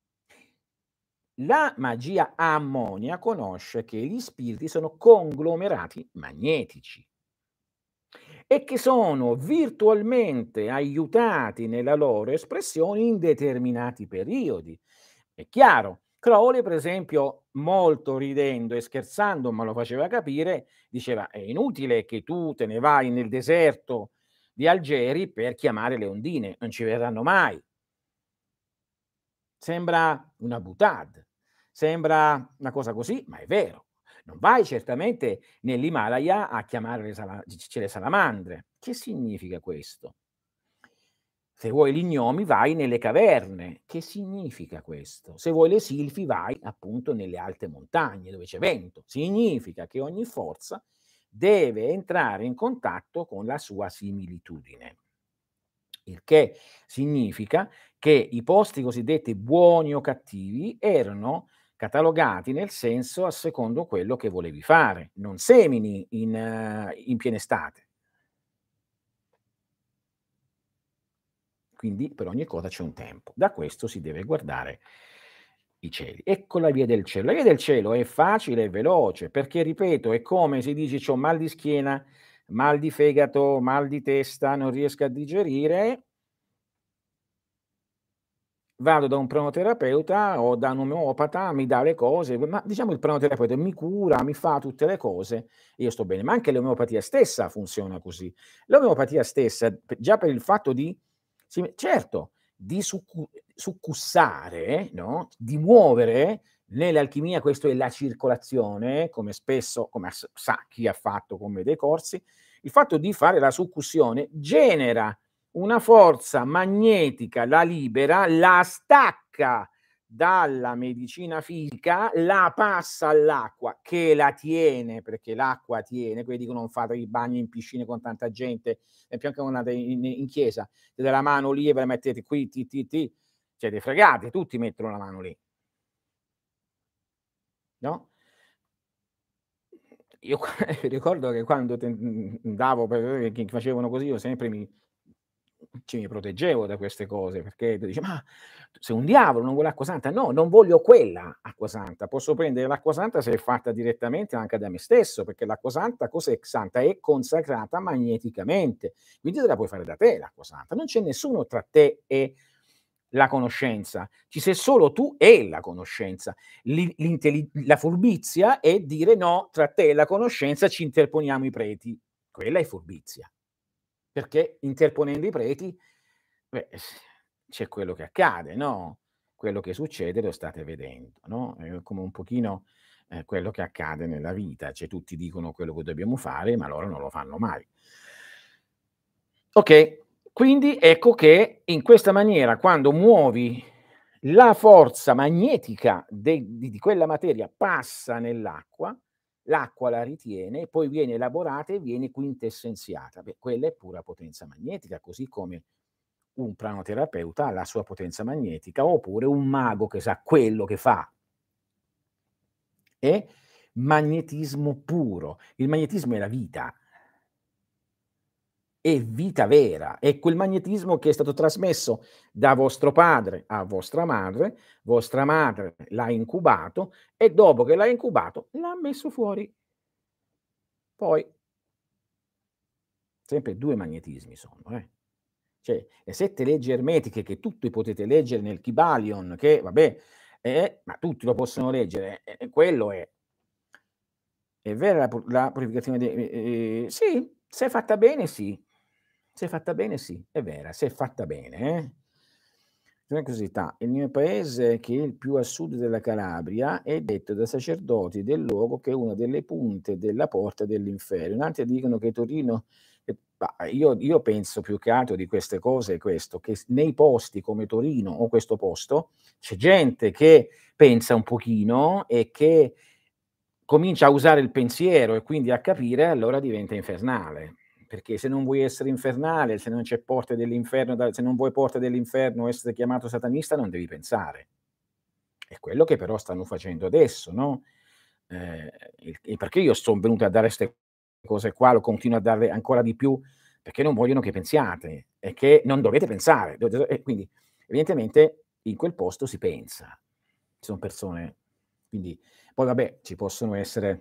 La magia ammonia conosce che gli spiriti sono conglomerati magnetici e che sono virtualmente aiutati nella loro espressione in determinati periodi. È chiaro, Crowley per esempio, molto ridendo e scherzando, ma lo faceva capire, diceva: "È inutile che tu te ne vai nel deserto di Algeri per chiamare le ondine, non ci verranno mai." Sembra una boutade, sembra una cosa così, ma è vero. Non vai certamente nell'Himalaya a chiamare le sala c c c'è le salamandre. Che significa questo? Se vuoi gli gnomi vai nelle caverne. Che significa questo? Se vuoi le silfi vai appunto nelle alte montagne dove c'è vento. Significa che ogni forza deve entrare in contatto con la sua similitudine. Il che significa che i posti cosiddetti buoni o cattivi erano catalogati nel senso a secondo quello che volevi fare, non semini in eh, in piena estate. Quindi per ogni cosa c'è un tempo. Da questo si deve guardare i cieli. Ecco la via del cielo. La via del cielo è facile e veloce perché, ripeto, è come se dici: "C'ho mal di schiena, mal di fegato, mal di testa, non riesco a digerire, vado da un pranoterapeuta o da un omeopata, mi dà le cose", ma diciamo il pranoterapeuta mi cura, mi fa tutte le cose e io sto bene. Ma anche l'omeopatia stessa funziona così. L'omeopatia stessa, p già per il fatto di sì, certo, di succu succussare, no, di muovere nell'alchimia, questo è la circolazione, come spesso come s sa chi ha fatto con me dei corsi, il fatto di fare la succussione genera una forza magnetica, la libera, la stacca dalla medicina fisica, la passa all'acqua che la tiene, perché l'acqua tiene, quelli dicono: "Non fate i bagni in piscine con tanta gente", e più anche quando andate in in chiesa, date la mano lì e ve la mettete qui, ti, ti, ti, siete fregati, tutti mettono la mano lì, no? Io qua ricordo che quando te mhmm, andavo per che facevano così, io sempre mi ci mi proteggevo da queste cose, perché tu dici: "Ma sei un diavolo, non vuoi l'acqua santa?" No, non voglio quella acqua santa, posso prendere l'acqua santa se è fatta direttamente anche da me stesso, perché l'acqua santa cos'è santa? È consacrata magneticamente, quindi te la puoi fare da te l'acqua santa. Non c'è nessuno tra te e la conoscenza, ci sei solo tu e la conoscenza. L'i l'intelli la furbizia è dire: "No, tra te e la conoscenza ci interponiamo i preti." Quella è furbizia. Perché interponendo i preti, beh, s c'è quello che accade, no, quello che succede lo state vedendo, no, è come un pochino, ehm, quello che accade nella vita, cioè tutti dicono quello che dobbiamo fare, ma loro non lo fanno mai. Okay, quindi ecco che in questa maniera quando muovi la forza magnetica de di di quella materia passa nell'acqua, l'acqua la ritiene e poi viene elaborata e viene quintessenziata. Beh, quella è pura potenza magnetica, così come un pranoterapeuta ha la sua potenza magnetica, oppure un mago che sa quello che fa. È magnetismo puro. Il magnetismo è la vita. È vita vera, è quel magnetismo che è stato trasmesso da vostro padre a vostra madre, vostra madre l'ha incubato e dopo che l'ha incubato l'ha messo fuori. Poi sempre due magnetismi sono, eh. Cioè le sette leggi ermetiche che tutti potete leggere nel Kybalion, che vabbè, eh, ma tutti lo possono leggere, e e quello è. È vera la pu la purificazione de e ehm, sì, se è fatta bene sì. Se è fatta bene sì, è vera, se è fatta bene, eh. Una curiosità, il mio paese, che è il più a sud della Calabria, è detto dai sacerdoti del luogo che è una delle punte della porta dell'inferno. In altri dicono che Torino e bah, io io penso più che altro di queste cose è questo, che s nei posti come Torino o questo posto, c'è gente che pensa un pochino e che comincia a usare il pensiero e quindi a capire, allora diventa infernale. Perché se non vuoi essere infernale, se non c'è porte dell'inferno da se non vuoi porte dell'inferno o essere chiamato satanista, non devi pensare. È quello che però stanno facendo adesso, no, ehm, il e perché io son venuto a dare 'ste cose qua, lo continuo a darle ancora di più, perché non vogliono che pensiate e che non dovete pensare. Do do e quindi evidentemente in quel posto si pensa. Ci son persone quindi poi vabbè, ci possono essere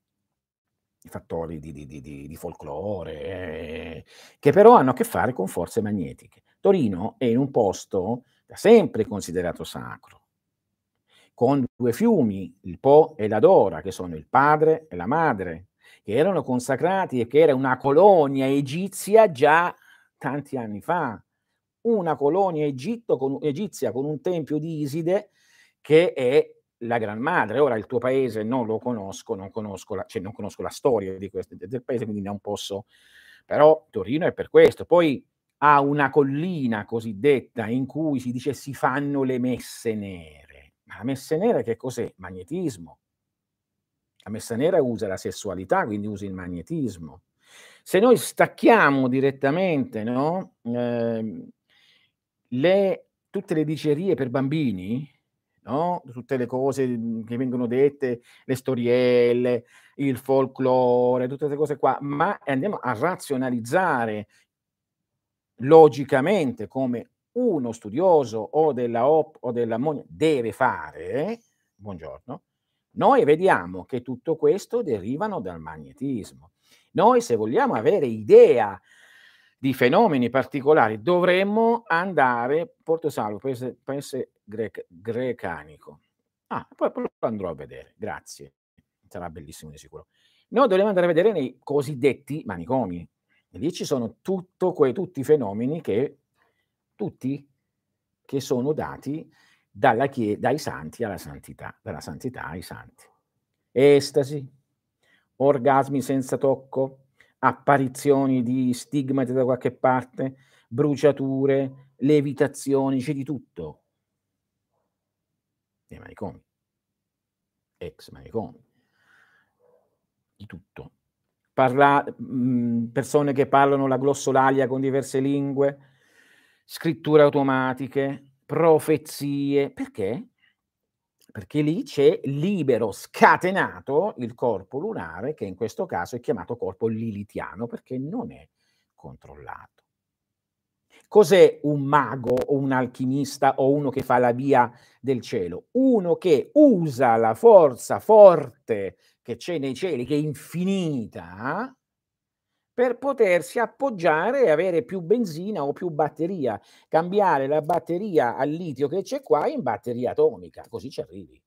i fattori di di di di di folklore, ehm, che però hanno a che fare con forze magnetiche. Torino è in un posto da sempre considerato sacro, con due fiumi, il Po e l'Adora, che sono il padre e la madre, che erano consacrati e che era una colonia egizia già tanti anni fa. Una colonia Egitto con egizia con un tempio di Iside che è la Gran Madre. Ora il tuo paese non lo conosco, non conosco la cioè non conosco la storia di quest de del paese, quindi non posso però Torino è per questo. Poi ha una collina cosiddetta in cui si dice si fanno le messe nere. Ma la messe nere che cos'è? Magnetismo. La messa nera usa la sessualità, quindi usa il magnetismo. Se noi stacchiamo direttamente, no, ehm, le tutte le dicerie per bambini, no, tutte le cose, mhmm, che vengono dette, le storielle, il folklore, tutte 'ste cose qua, ma andiamo a razionalizzare logicamente, come uno studioso o della Hop o della Monia deve fare, buongiorno, noi vediamo che tutto questo derivano dal magnetismo. Noi se vogliamo avere idea di fenomeni particolari dovremmo andare Porto Salvo, paese paese grec grecanico. Ah, poi poi lo andrò a vedere, grazie. Sarà bellissimo di sicuro. Noi dovremmo andare a vedere nei cosiddetti manicomi. E lì ci sono tutto que tutti i fenomeni che tutti che sono dati dalla chie dai santi alla santità, dalla santità ai santi. Estasi, orgasmi senza tocco, apparizioni di stigmati da qualche parte, bruciature, levitazioni, c'è di tutto. Nei manicomi. Ex manicomi. Di tutto. Parla mhmm, persone che parlano la glossolalia con diverse lingue, scritture automatiche, profezie. Perché? Perché lì c'è libero, scatenato il corpo lunare, che in questo caso è chiamato corpo lilitiano, perché non è controllato. Cos'è un mago o un alchimista o uno che fa la via del cielo? Uno che usa la forza forte che c'è nei cieli, che è infinita, per potersi appoggiare e avere più benzina o più batteria, cambiare la batteria al litio che c'è qua in batteria atomica, così ci arrivi.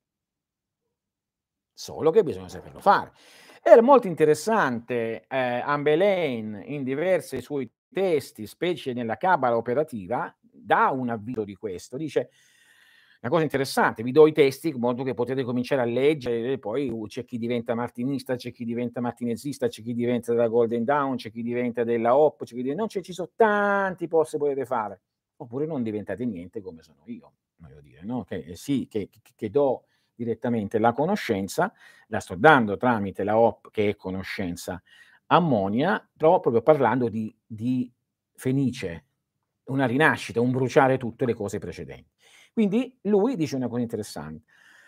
Solo che bisogna saperlo fare. Era molto interessante, ehm, Anne Boleyn in diversi suoi testi, specie nella cabala operativa, dà un avviso di questo, dice una cosa interessante: "Vi do i testi in modo che potete cominciare a leggere, e poi u c'è chi diventa martinista, c'è chi diventa martinezista, c'è chi diventa della Golden Dawn, c'è chi diventa della Hop, c'è chi dive no, cioè ci so tanti posti potete fare. Oppure non diventate niente come sono io, voglio dire, no, che eh, sì, che che che do direttamente la conoscenza, la sto dando tramite la Hop che è conoscenza ammonia, però proprio parlando di di fenice, una rinascita, un bruciare tutte le cose precedenti. Quindi lui dice una cosa interessante.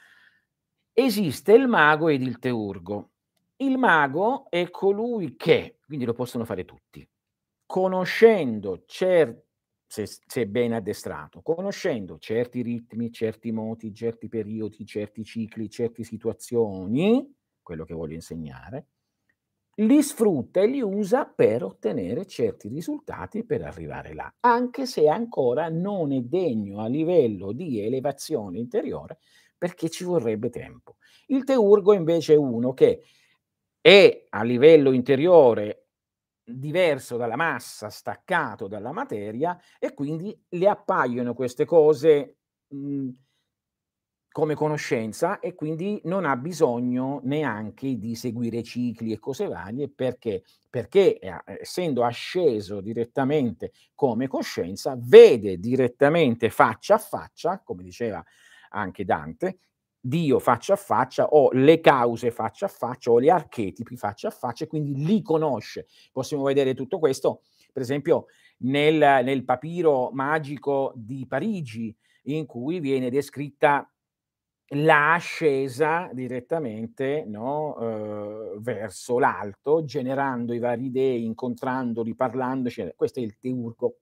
Esiste il mago ed il teurgo. Il mago è colui che, quindi lo possono fare tutti, conoscendo cer se s se ben addestrato, conoscendo certi ritmi, certi moti, certi periodi, certi cicli, certe situazioni, quello che voglio insegnare, li sfrutta e li usa per ottenere certi risultati per arrivare là, anche se ancora non è degno a livello di elevazione interiore, perché ci vorrebbe tempo. Il teurgo invece è uno che è a livello interiore diverso dalla massa, staccato dalla materia e quindi le appaiono queste cose, mhmm come conoscenza e quindi non ha bisogno neanche di seguire cicli e cose varie perché perché, a essendo asceso direttamente come coscienza, vede direttamente faccia a faccia, come diceva anche Dante, Dio faccia a faccia o le cause faccia a faccia o gli archetipi faccia a faccia e quindi li conosce. Possiamo vedere tutto questo, per esempio, nel nel papiro magico di Parigi, in cui viene descritta la ascesa direttamente, no, uhm, verso l'alto, generando i vari dei, incontrandoli, parlandoci, e questo è il teurgo.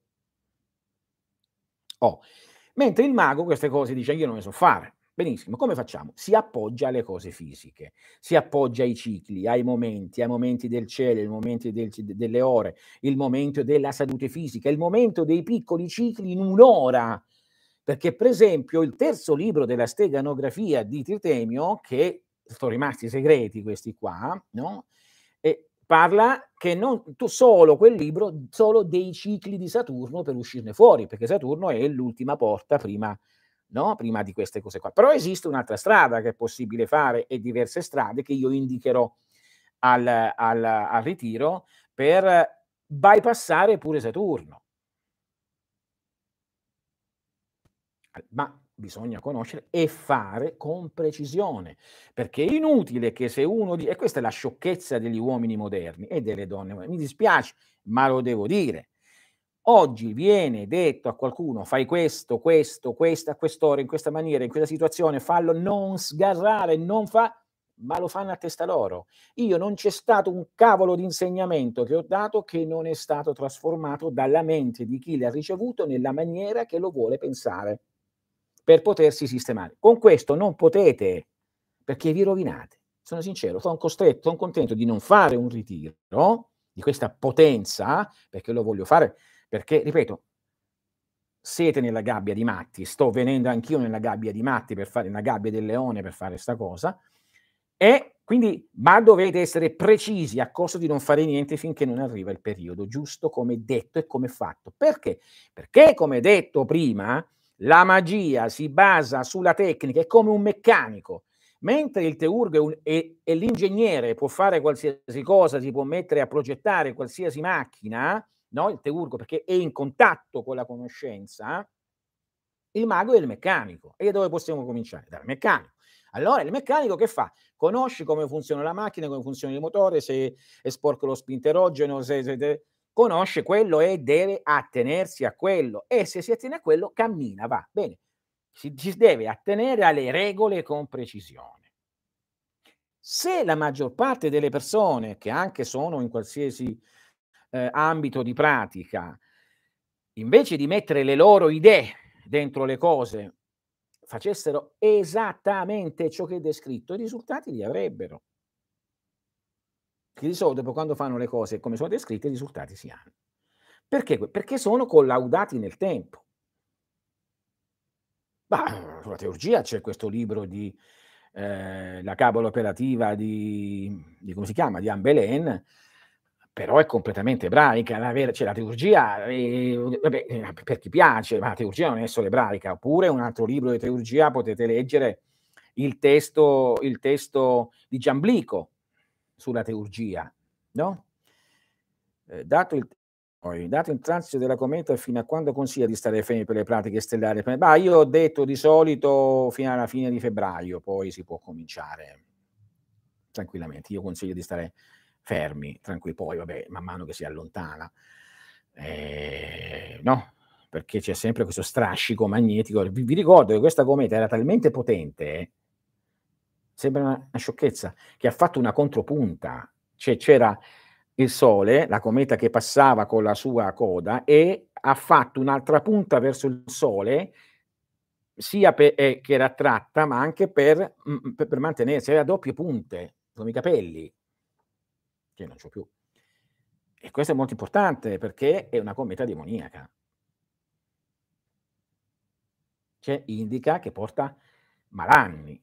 Oh, mentre il mago queste cose dice: "Io non le so fare". Benissimo, come facciamo? Si appoggia alle cose fisiche, si appoggia ai cicli, ai momenti, ai momenti del cielo, ai momenti del c delle ore, il momento della salute fisica, il momento dei piccoli cicli in un'ora. Perché per esempio il terzo libro della steganografia di Tritemio, che sono rimasti segreti questi qua, no, e parla che non tu solo quel libro, solo dei cicli di Saturno per uscirne fuori, perché Saturno è l'ultima porta prima, no, prima di queste cose qua. Però esiste un'altra strada che è possibile fare e diverse strade che io indicherò al al al ritiro per bypassare pure Saturno. Al ma bisogna conoscere e fare con precisione, perché è inutile che se uno di e questa è la sciocchezza degli uomini moderni e delle donne mo mi dispiace, ma lo devo dire. Oggi viene detto a qualcuno: "Fai questo, questo, questa, a quest'ora, in questa maniera, in quella situazione, fallo, non sgarrare, non fa", ma lo fanno a testa loro. Io non c'è stato un cavolo di insegnamento che ho dato che non è stato trasformato dalla mente di chi l'ha ricevuto nella maniera che lo vuole pensare, per potersi sistemare. Con questo non potete, perché vi rovinate. Sono sincero, son costretto son contento di non fare un ritiro di questa potenza, perché lo voglio fare perché, ripeto, siete nella gabbia di matti, sto venendo anch'io nella gabbia di matti per fare nella gabbia del leone per fare 'sta cosa, e quindi ma dovete essere precisi a costo di non fare niente finché non arriva il periodo giusto, come detto e come fatto. Perché? Perché, come detto prima, la magia si basa sulla tecnica, è come un meccanico. Mentre il teurgo è un e e l'ingegnere può fare qualsiasi cosa, si può mettere a progettare qualsiasi macchina, no, il teurgo perché è in contatto con la conoscenza, il mago è il meccanico. E da dove possiamo cominciare? Dal meccanico. Allora il meccanico che fa? Conosce come funziona la macchina, come funziona il motore, se è sporco lo spinterogeno, se se de conosce quello e deve attenersi a quello e se si attiene a quello cammina, va. Bene, si ci si deve attenere alle regole con precisione. Se la maggior parte delle persone, che anche sono in qualsiasi, ehm, ambito di pratica, invece di mettere le loro idee dentro le cose, facessero esattamente ciò che è descritto, i risultati li avrebbero. Che di solito poi quando fanno le cose come sono descritte, i risultati si hanno. Perché que perché sono collaudati nel tempo. Mah, sulla teurgia c'è questo libro di ehm, La Cabala Operativa di di come si chiama, di Anne Boleyn, però è completamente ebraica, la vera cioè la teurgia, ehm, vabbè, ehm, per chi piace, ma la teurgia non è solo ebraica. Oppure un altro libro di teurgia potete leggere il testo il testo di Giamblico sulla teurgia, no? Ehm, dato il poi dato il transito della cometa fino a quando consiglia di stare fermi per le pratiche stellari? Pe bah, io ho detto di solito fino alla fine di febbraio, poi si può cominciare tranquillamente. Io consiglio di stare fermi, tranqui poi vabbè, man mano che si allontana, ehm, no, perché c'è sempre questo strascico magnetico. Vi vi ricordo che questa cometa era talmente potente, sembra una una sciocchezza, che ha fatto una contropunta, cioè c'era il Sole, la cometa che passava con la sua coda e ha fatto un'altra punta verso il Sole, sia pe ehm, che era attratta, ma anche per mhmm, pe per mantenersi, aveva doppie punte, come i capelli. Che io non c'ho più. E questo è molto importante perché è una cometa demoniaca. Cioè indica che porta malanni.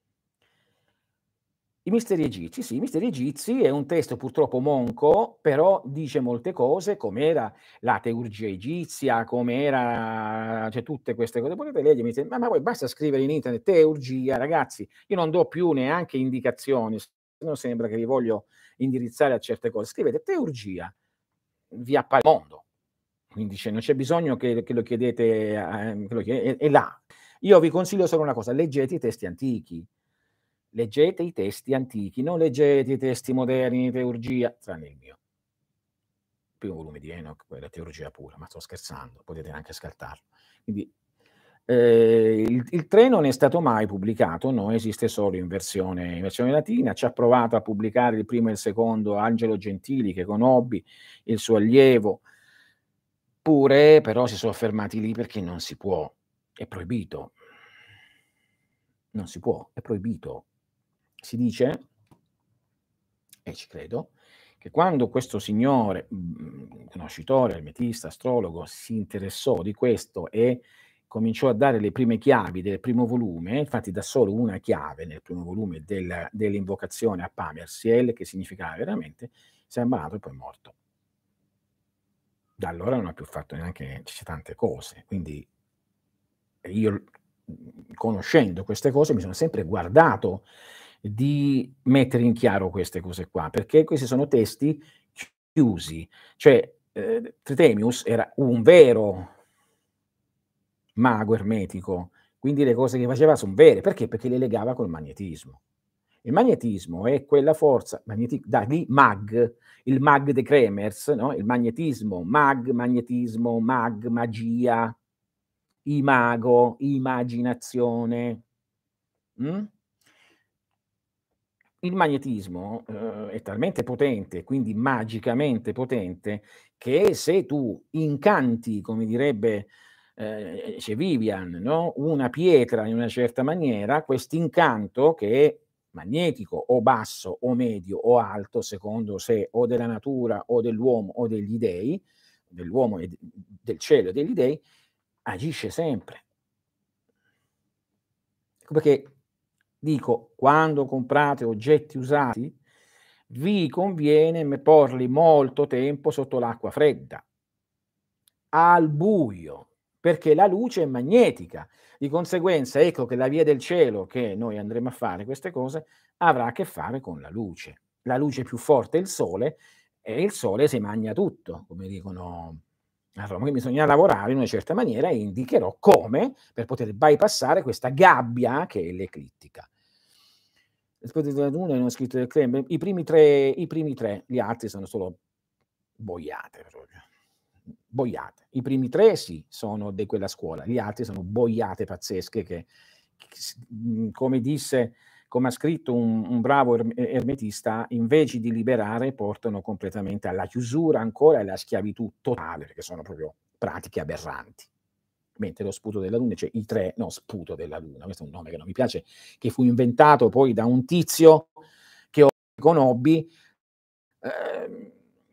I misteri egizi, sì, i misteri egizi è un testo purtroppo monco, però dice molte cose, com'era la teurgia egizia, com'era cioè tutte queste cose. Potete leggere, mi dice: "Ma ma poi basta scrivere in internet teurgia", ragazzi, io non do più neanche indicazioni, se no sembra che vi voglio indirizzare a certe cose. Scrivete teurgia, vi appare il mondo. Quindi c'è non c'è bisogno che che lo chiedete a ehm, che lo chie è è là. Io vi consiglio solo una cosa: leggete i testi antichi. Leggete i testi antichi, non leggete i testi moderni di teurgia, tranne il mio. Primo volume di Enoch, quella è teurgia pura, ma sto scherzando, potete anche scartarlo. Quindi, ehm, il il tre non è stato mai pubblicato, no, esiste solo in versione in versione latina. Ci ha provato a pubblicare il primo e il secondo Angelo Gentili, che conobbi, il suo allievo pure, però si sono fermati lì perché non si può, è proibito. Non si può, è proibito. Si dice e ci credo, che quando questo signore, mhmm, conoscitore, ermetista, astrologo, si interessò di questo e cominciò a dare le prime chiavi del primo volume, infatti dà solo una chiave nel primo volume del dell'invocazione a Pamersiel, che significava veramente, si è ammalato e poi è morto. Da allora non ha più fatto neanche dice tante cose, quindi e io l mhmm, conoscendo queste cose mi sono sempre guardato di mettere in chiaro queste cose qua, perché questi sono testi chiusi. Cioè, ehm, Trithemius era un vero mago ermetico, quindi le cose che faceva son vere. Perché? Perché le legava col magnetismo. Il magnetismo è quella forza magneti da lì mag, il mag de Kremers, no, il magnetismo, mag, magnetismo, mag, magia, imago, immaginazione, mh? Il magnetismo, uhm, è talmente potente, quindi magicamente potente, che se tu incanti, come direbbe, ehm, c'è Vivian, no, una pietra in una certa maniera, quest'incanto che è magnetico o basso o medio o alto, secondo se o della natura o dell'uomo o degli dei, dell'uomo e d del cielo e degli dei, agisce sempre. Ecco perché dico, quando comprate oggetti usati, vi conviene me porli molto tempo sotto l'acqua fredda, al buio, perché la luce è magnetica. Di conseguenza, ecco che la via del cielo che noi andremo a fare queste cose, avrà a che fare con la luce. La luce più forte è il sole e il sole se magna tutto, come dicono a Roma. Quindi bisogna lavorare in una certa maniera e indicherò come per poter bypassare questa gabbia che è l'eclittica. della Luna non ho scritto del Kremlin, i primi tre i primi tre, gli altri sono solo boiate proprio. Boiate. I primi tre sì, sono de quella scuola, gli altri sono boiate pazzesche che che s mhmm, come disse come ha scritto un un bravo erm ermetista, invece di liberare portano completamente alla chiusura ancora e alla schiavitù totale, perché sono proprio pratiche aberranti. Mentre lo sputo della luna, cioè i tre no, sputo della luna, questo è un nome che non mi piace, che fu inventato poi da un tizio che io conobbi, ehm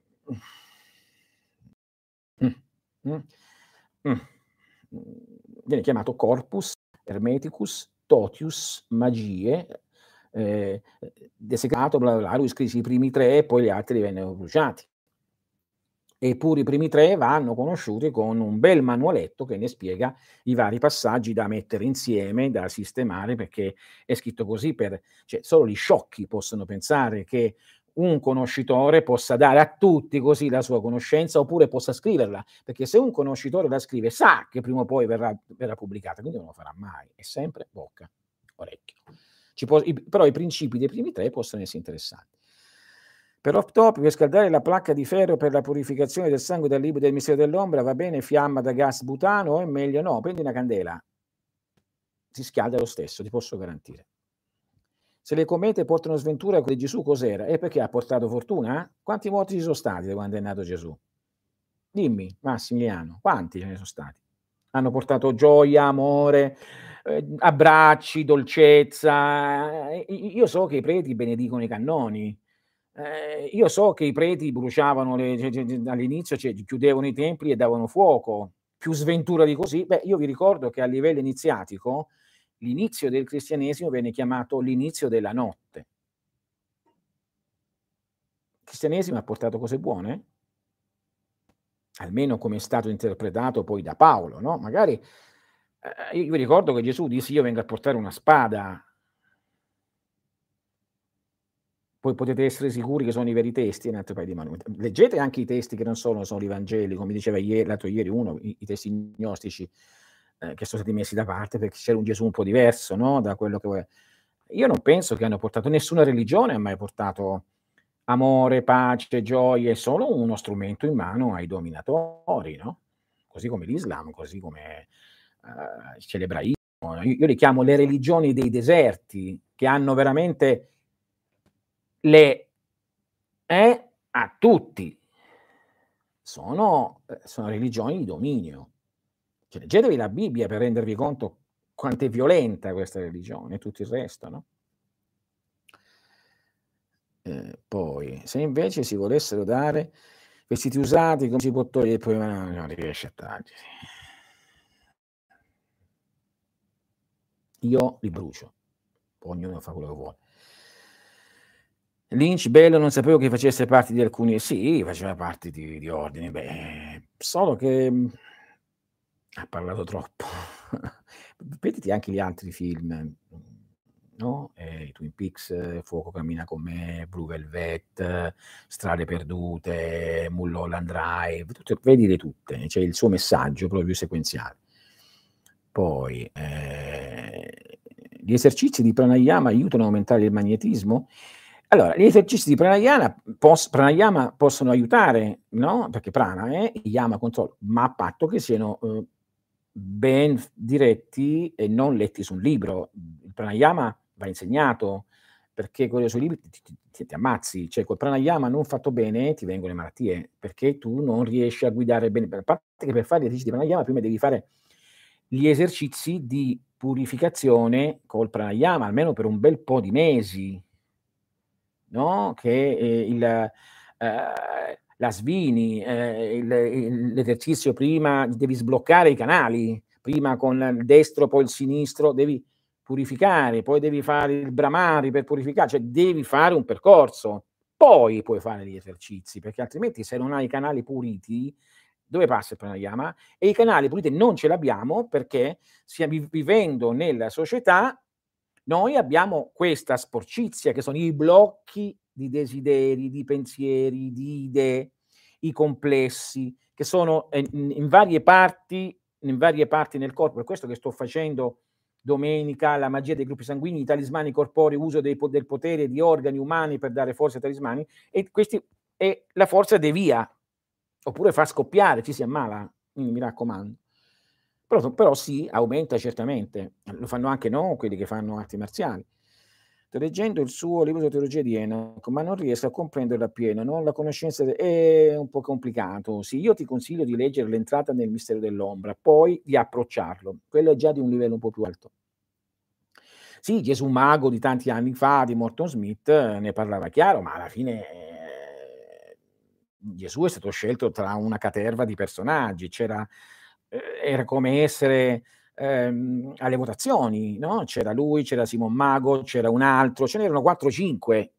Mh, mh, mh, mhmm, viene chiamato Corpus Hermeticus Totius Magiae, ehm, desecato bla bla bla, lui scrisse i primi tre e poi gli altri vennero bruciati. Eppure i primi tre vanno conosciuti con un bel manualetto che ne spiega i vari passaggi da mettere insieme, da sistemare, perché è scritto così per cioè solo gli sciocchi possono pensare che un conoscitore possa dare a tutti così la sua conoscenza, oppure possa scriverla, perché se un conoscitore la scrive sa che prima o poi verrà verrà pubblicata, quindi non lo farà mai, è sempre bocca, orecchio. Ci può i però i principi dei primi tre possono essere interessanti. Per off-topic, per scaldare la placca di ferro per la purificazione del sangue dal libro del mistero dell'ombra va bene fiamma da gas butano o è meglio no? Prendi una candela, si scalda lo stesso, ti posso garantire. Se le comete portano sventura con Gesù cos'era? E perché ha portato fortuna? Quanti morti ci sono stati da quando è nato Gesù? Dimmi, Massimiliano, quanti ce ne sono stati? Hanno portato gioia, amore, ehm, abbracci, dolcezza. E i io so che i preti benedicono i cannoni. Ehm, io so che i preti bruciavano le ce ce ce all'inizio, cioè chiudevano i templi e davano fuoco. Più sventura di così? Beh, io vi ricordo che a livello iniziatico, l'inizio del cristianesimo venne chiamato l'inizio della notte. Il cristianesimo ha portato cose buone? Almeno come è stato interpretato poi da Paolo, no, magari, ehm, io vi ricordo che Gesù disse: "Io vengo a portare una spada". Poi potete essere sicuri che sono i veri testi, un altro paio di mani. Leggete anche i testi che non sono solo i Vangeli, come diceva ieri l'altro ieri uno, i i testi gnostici, ehm, che sono stati messi da parte perché c'era un Gesù un po' diverso, no, da quello che vo io non penso che hanno portato nessuna religione ha mai portato amore, pace, gioia, è solo uno strumento in mano ai dominatori, no, così come l'Islam, così come, ehm, il celebrai io io li chiamo le religioni dei deserti, che hanno veramente le eh, a tutti. Sono ehm, sono religioni di dominio. Cioè leggetevi la Bibbia per rendervi conto quanto è violenta questa religione e tutto il resto, no? Ehm, poi se invece si volessero dare vestiti usati, come si può togliere il problema non li riesci a togliere. Io li brucio, poi ognuno fa quello che vuole. Lynch bello, non sapevo che facesse parte di alcuni sì, faceva parte di di ordini, beh, solo che, mhmm, ha parlato troppo. Vediti anche gli altri film, mhmm, no, ehm, i Twin Peaks, Fuoco cammina con me, Blue Velvet, Strade perdute, Mulholland Drive, tutte vedile tutte, c'è il suo messaggio proprio sequenziale. Poi, ehm, Gli esercizi di pranayama aiutano a aumentare il magnetismo? Allora, gli esercizi di pranayama, pos pranayama possono aiutare, no, perché prana è yama controllo, ma a patto che siano, uhm, ben f diretti e non letti su un libro. Il pranayama va insegnato, perché quello sui libri ti ti ti ti ammazzi. Cioè col pranayama non fatto bene ti vengono le malattie, perché tu non riesci a guidare bene. A parte che per fare gli esercizi di pranayama prima devi fare gli esercizi di purificazione col pranayama, almeno per un bel po' di mesi. No, che, ehm, il ehm, la svini, ehm, il il l'esercizio prima devi sbloccare i canali, prima con il destro, poi il sinistro, devi purificare, poi devi fare il Bhramari per purifica cioè devi fare un percorso, poi puoi fare gli esercizi, perché altrimenti se non hai i canali puliti, dove passa il pranayama? E i canali puliti non ce l'abbiamo perché sia vi vivendo nella società, noi abbiamo questa sporcizia che sono i blocchi di desideri, di pensieri, di idee, i complessi che sono, ehm, in in varie parti in varie parti nel corpo. Per questo che sto facendo domenica la magia dei gruppi sanguigni, i talismani corporei, uso dei po del potere di organi umani per dare forza ai talismani e questi e la forza devia, oppure fa scoppiare, ci si ammala, quindi mi raccomando. Però so però sì, aumenta certamente. Lo fanno anche, no, quelli che fanno arti marziali. Sto leggendo il suo libro sulla teologia di Enoch, ma non riesco a comprenderlo appieno, non ho la conoscenza de è un po' complicato. Sì, io ti consiglio di leggere L'entrata nel mistero dell'ombra, poi di approcciarlo. Quello è già di un livello un po' più alto. Sì, Gesù Mago di tanti anni fa, di Morton Smith, ne parlava chiaro, ma alla fine, ehm, Gesù è stato scelto tra una caterva di personaggi. C'era ehm, era come essere, ehm, alle votazioni, no, c'era lui, c'era Simon Mago, c'era un altro, ce n'erano quattro cinque.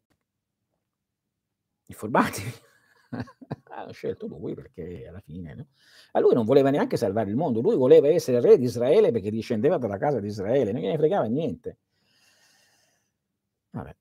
Informatevi. Hanno scelto lui perché alla fine, no, ma lui non voleva neanche salvare il mondo, lui voleva essere re di Israele perché discendeva dalla casa di Israele, non gliene fregava niente. Vabbè.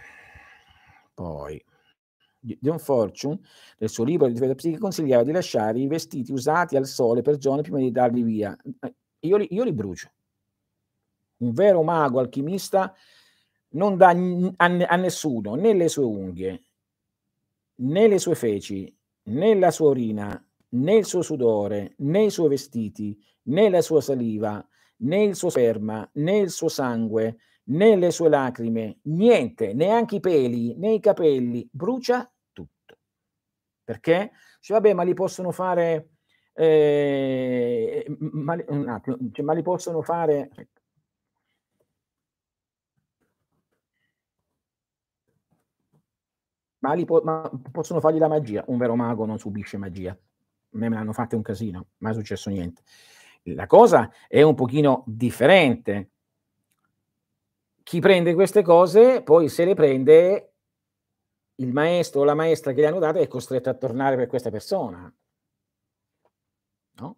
Poi Di John Fortune, nel suo libro di difesa psichica, consigliava di lasciare i vestiti usati al sole per giorni prima di darli via. Mh, eh, io li io li brucio. Un vero mago alchimista non dà n a ne a nessuno né le sue unghie, né le sue feci, né la sua urina, né il suo sudore, né i suoi vestiti, né la sua saliva, né il suo sperma, né il suo sangue, né le sue lacrime, niente, neanche i peli, né i capelli, brucia tutto. Perché? Dice: "Vabbè, ma li possono fare, ehm, m ma li un attimo, cioè ma li possono fare". Aspetta. Ma li po ma possono fargli la magia. Un vero mago non subisce magia. A me me l'hanno fatte un casino, mai successo niente. La cosa è un pochino differente. Chi prende queste cose poi se le prende il maestro o la maestra che le hanno date è costretto a tornare per questa persona, no?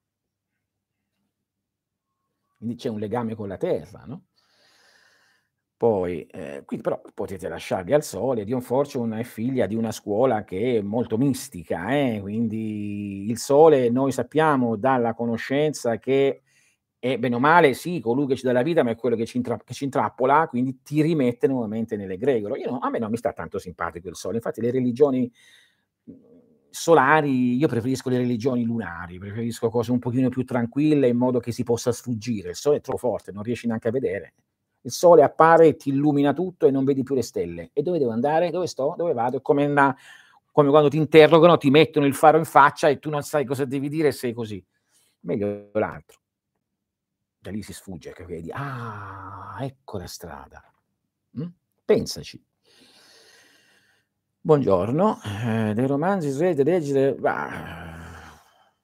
Quindi c'è un legame con la terra, no? Poi, ehm, quindi però potete lasciarli al sole. Dion Fortune è figlia di una scuola che è molto mistica, eh, quindi il sole noi sappiamo dalla conoscenza che è bene o male, sì, colui che ci dà la vita, ma è quello che ci intra che ci intrappola, quindi ti rimette nuovamente nell'egregoro. Io no a me non mi sta tanto simpatico il sole, infatti le religioni, mhmm, solari io preferisco le religioni lunari, preferisco cose un pochino più tranquille in modo che si possa sfuggire. Il sole è troppo forte, non riesci neanche a vedere. Il sole appare e ti illumina tutto e non vedi più le stelle. E dove devo andare? Dove sto? Dove vado? È come na come quando ti interrogano, ti mettono il faro in faccia e tu non sai cosa devi dire e sei così. Meglio l'altro. Da lì si sfugge, che vedi: "Ah, ecco la strada." Mh? Pensaci. Buongiorno, ehm, dei romanzi da leggere, bah,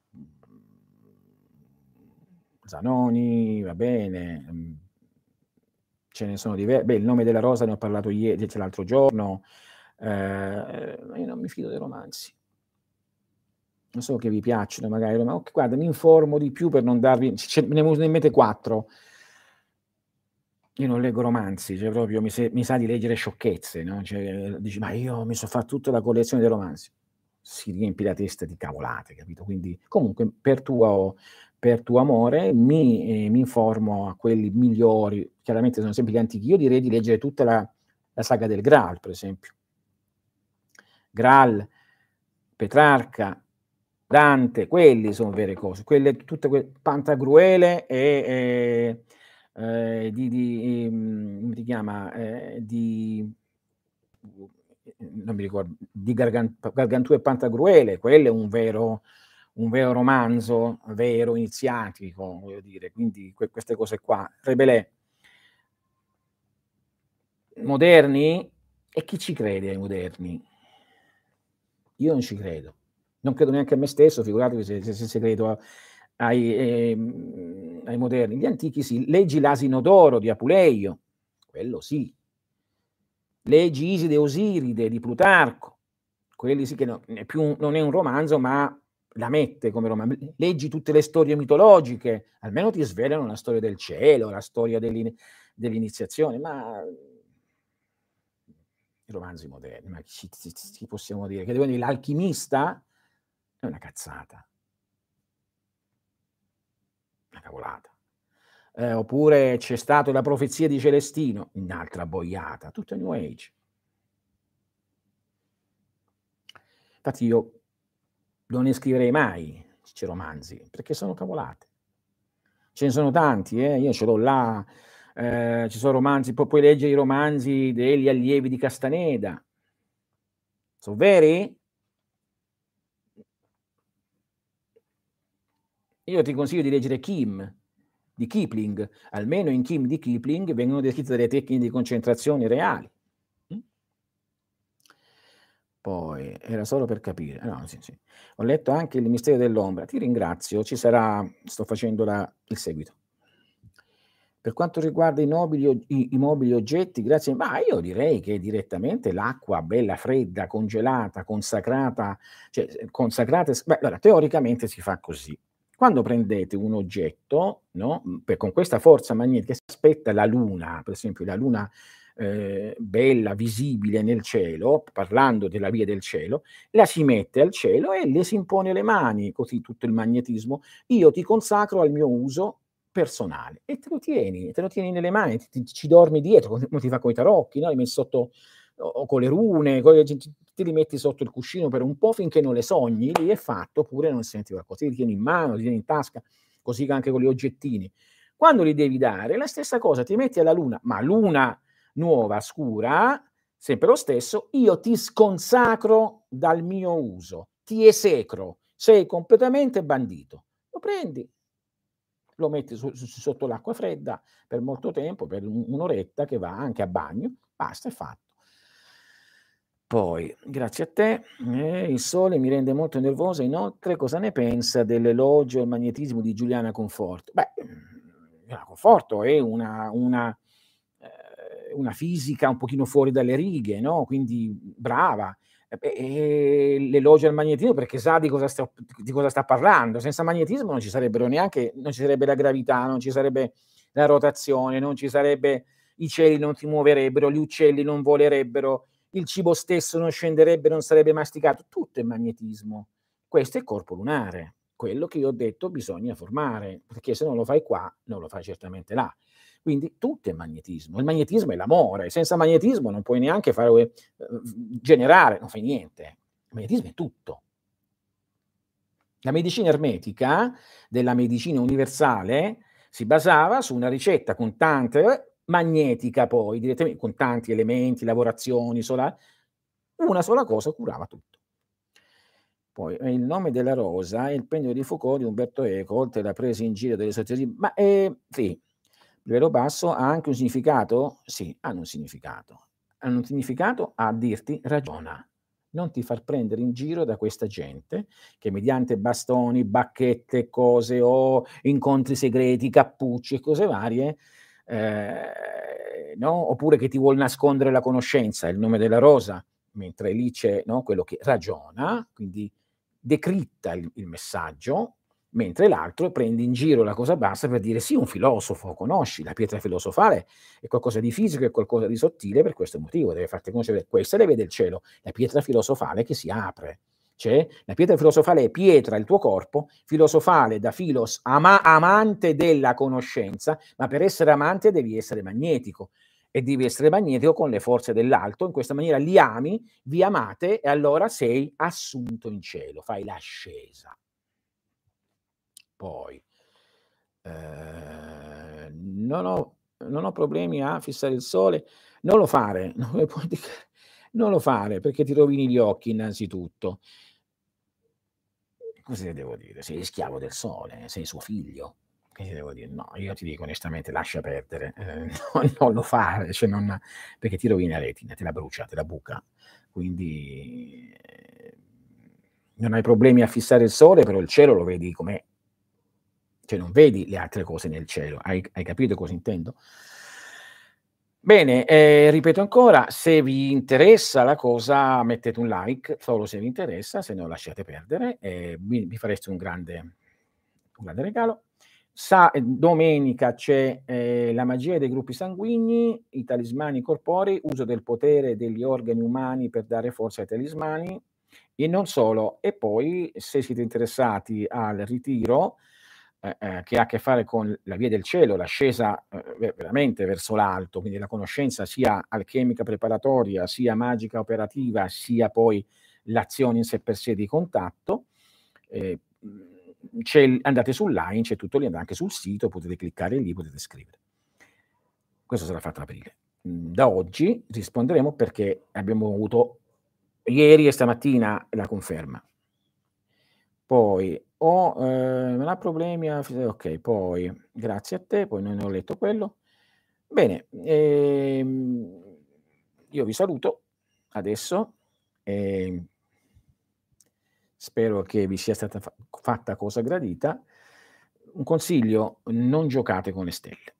Zanoni, va bene, mhmm, ce ne sono dive beh, Il nome della rosa ne ho parlato ie cioè l'altro giorno, ehm, io non mi fido dei romanzi. Non so che vi piacciono magari, ma ok guarda mi informo di più per non darvi c ce me ne è venuto in mente quattro. Io non leggo romanzi, cioè proprio mi se mi sa di leggere sciocchezze, no, cioè dici: "Ma io mi so fa tutta la collezione dei romanzi." Si riempie la testa di cavolate, capito? Quindi comunque per tuo per tuo amore, mi, ehm, mi informo a quelli migliori, chiaramente sono sempre gli antichi. Io direi di leggere tutta la la saga del Graal, per esempio. Graal, Petrarca, Dante, quelli son vere cose, quelle tutte que Pantagruele e, ehm, ehm, di di mhmm, come si chiama, ehm, di non mi ricordo, di Gargan Gargantua e Pantagruele, quello è un vero un vero romanzo, vero, iniziatico, voglio dire, quindi que queste cose qua. Rabelais. Moderni? E chi ci crede ai moderni? Io non ci credo. Non credo neanche a me stesso, figuratevi se se se credo a ai ehm, ai moderni. Gli antichi sì. Leggi l'Asino d'oro di Apuleio, quello sì. Leggi Iside e Osiride di Plutarco, quelli sì che no è più non è un romanzo, ma la mette come roma leggi tutte le storie mitologiche, almeno ti svelano la storia del cielo, la storia dell'ini dell'iniziazione, ma i romanzi moderni, ma ci ci ci possiamo dire che devono l'alchimista? È una cazzata. Una cavolata. Ehm, oppure c'è stato La profezia di Celestino, un'altra boiata, tutto new age. Infatti io non ne scriverei mai c romanzi, perché sono cavolate. Ce ne sono tanti, eh, io ce l'ho là, ehm, ci sono romanzi pu puoi leggere i romanzi degli allievi di Castaneda. So' veri? Io ti consiglio di leggere Kim, di Kipling. Almeno in Kim di Kipling vengono descritte delle tecniche di concentrazione reali. Mh. Poi, era solo per capire. Ah no, sì, sì. Ho letto anche Il mistero dell'ombra. Ti ringrazio, ci sarà sto facendo la il seguito. Per quanto riguarda i nobili o i i mobili oggetti, grazie mah, io direi che direttamente l'acqua bella fredda, congelata, consacrata, cioè, ehm, consacrata s beh, allora teoricamente si fa così: quando prendete un oggetto, no, mhmm, pe con questa forza magnetica si aspetta la luna, per esempio la luna, ehm, bella, visibile nel cielo, parlando della via del cielo, la si mette al cielo e le si impone le mani, così tutto il magnetismo: "Io ti consacro al mio uso personale", e te lo tieni, te lo tieni nelle mani, ti ti ci dormi dietro, come come si fa coi tarocchi, no, li metti sotto o o con le rune, con le c c te li metti sotto il cuscino per un po' finché non le sogni, lì è fatto, oppure non senti qualcosa, te li tieni in mano, li tieni in tasca, così anche con gli oggettini. Quando li devi dare, la stessa cosa, ti metti alla luna, ma luna nuova, scura, sempre lo stesso: "Io ti sconsacro dal mio uso, ti esecro, sei completamente bandito". Lo prendi, lo metti su su sotto l'acqua fredda per molto tempo, per un un'oretta che va anche a bagno, basta, è fatto. Poi, grazie a te, ehm, il sole mi rende molto nervosa, inoltre cosa ne pensa dell'elogio al magnetismo di Giuliana Conforto? Beh, mhmm, Giuliana Conforto è una una ehm, una fisica un pochino fuori dalle righe, no, quindi brava. E beh, ehm, l'elogio al magnetismo perché sa di cosa sto di cosa sta parlando. Senza magnetismo non ci sarebbero neanche non ci sarebbe la gravità, non ci sarebbe la rotazione, non ci sarebbe i cieli non si muoverebbero, gli uccelli non volerebbero, il cibo stesso non scenderebbe, non sarebbe masticato, tutto è magnetismo. Questo è corpo lunare, quello che io ho detto bisogna formare, perché se non lo fai qua, non lo fai certamente là. Quindi tutto è magnetismo. Il magnetismo è l'amore, senza magnetismo non puoi neanche fare uhm, generare, non fai niente. Il magnetismo è tutto. La medicina ermetica, della medicina universale, si basava su una ricetta con tante magnetica poi, direttame con tanti elementi, lavorazioni sola una sola cosa curava tutto. Poi, ehm, Il nome della rosa è il pendolo di Foucault di Umberto Eco, oltre alla presa in giro dell'esoterismo ma, ehm, sì, il vero basso ha anche un significato? Sì, hanno un significato. Hanno un significato a dirti: ragiona, non ti far prendere in giro da questa gente che mediante bastoni, bacchette, cose o incontri segreti, cappucci e cose varie, ehm, no, oppure che ti vuol nascondere la conoscenza, il nome della rosa, mentre lì c'è, no, quello che ragiona, quindi decritta il il messaggio, mentre l'altro prende in giro la cosa bassa per dire: "Sì, un filosofo, conosci la pietra filosofale, è qualcosa di fisico, è qualcosa di sottile per questo motivo, deve farti conoscere questa è la via del cielo, la pietra filosofale che si apre. C'è? La pietra filosofale è pietra, il tuo corpo, filosofale da filos, ama amante della conoscenza, ma per essere amante devi essere magnetico e devi essere magnetico con le forze dell'alto, in questa maniera li ami, vi amate e allora sei assunto in cielo, fai l'ascesa. Poi, ehm, non ho non ho problemi a fissare il sole, non lo fare, non lo fare perché ti rovini gli occhi innanzitutto. Cosa ti devo dire? Sei schiavo del sole, sei suo figlio. Che ti devo dire? No, io ti dico onestamente lascia perdere, ehm, no, non lo fare, cioè non perché ti rovina la retina, te la brucia, te la buca. Quindi, ehm, non hai problemi a fissare il sole, però il cielo lo vedi com'è. Cioè non vedi le altre cose nel cielo. Hai hai capito cosa intendo? Bene, ehm, ripeto ancora, se vi interessa la cosa mettete un like, solo se vi interessa, se no lasciate perdere, e mi mi fareste un grande un grande regalo. Sa ehm, domenica c'è, ehm, la magia dei gruppi sanguigni, i talismani corporei, uso del potere degli organi umani per dare forza ai talismani e non solo. E poi se siete interessati al ritiro, eh, ehm, che ha a che fare con la via del cielo, l'ascesa, uhm, ve veramente verso l'alto, quindi la conoscenza sia alchemica preparatoria, sia magica operativa, sia poi l'azione in sé per sé di contatto, ehm, mhmm, c'è il andate sull'line, c'è tutto lì, andate anche sul sito, potete cliccare lì, potete scrivere. Questo sarà fatto ad aprile. Mhmm, da oggi risponderemo perché abbiamo avuto ieri e stamattina la conferma. Poi ho ehm, non ha problemi a f okay, poi grazie a te, poi non ne ho letto quello. Bene, ehm, io vi saluto adesso, ehm spero che vi sia stata fa fatta cosa gradita. Un consiglio: non giocate con le stelle.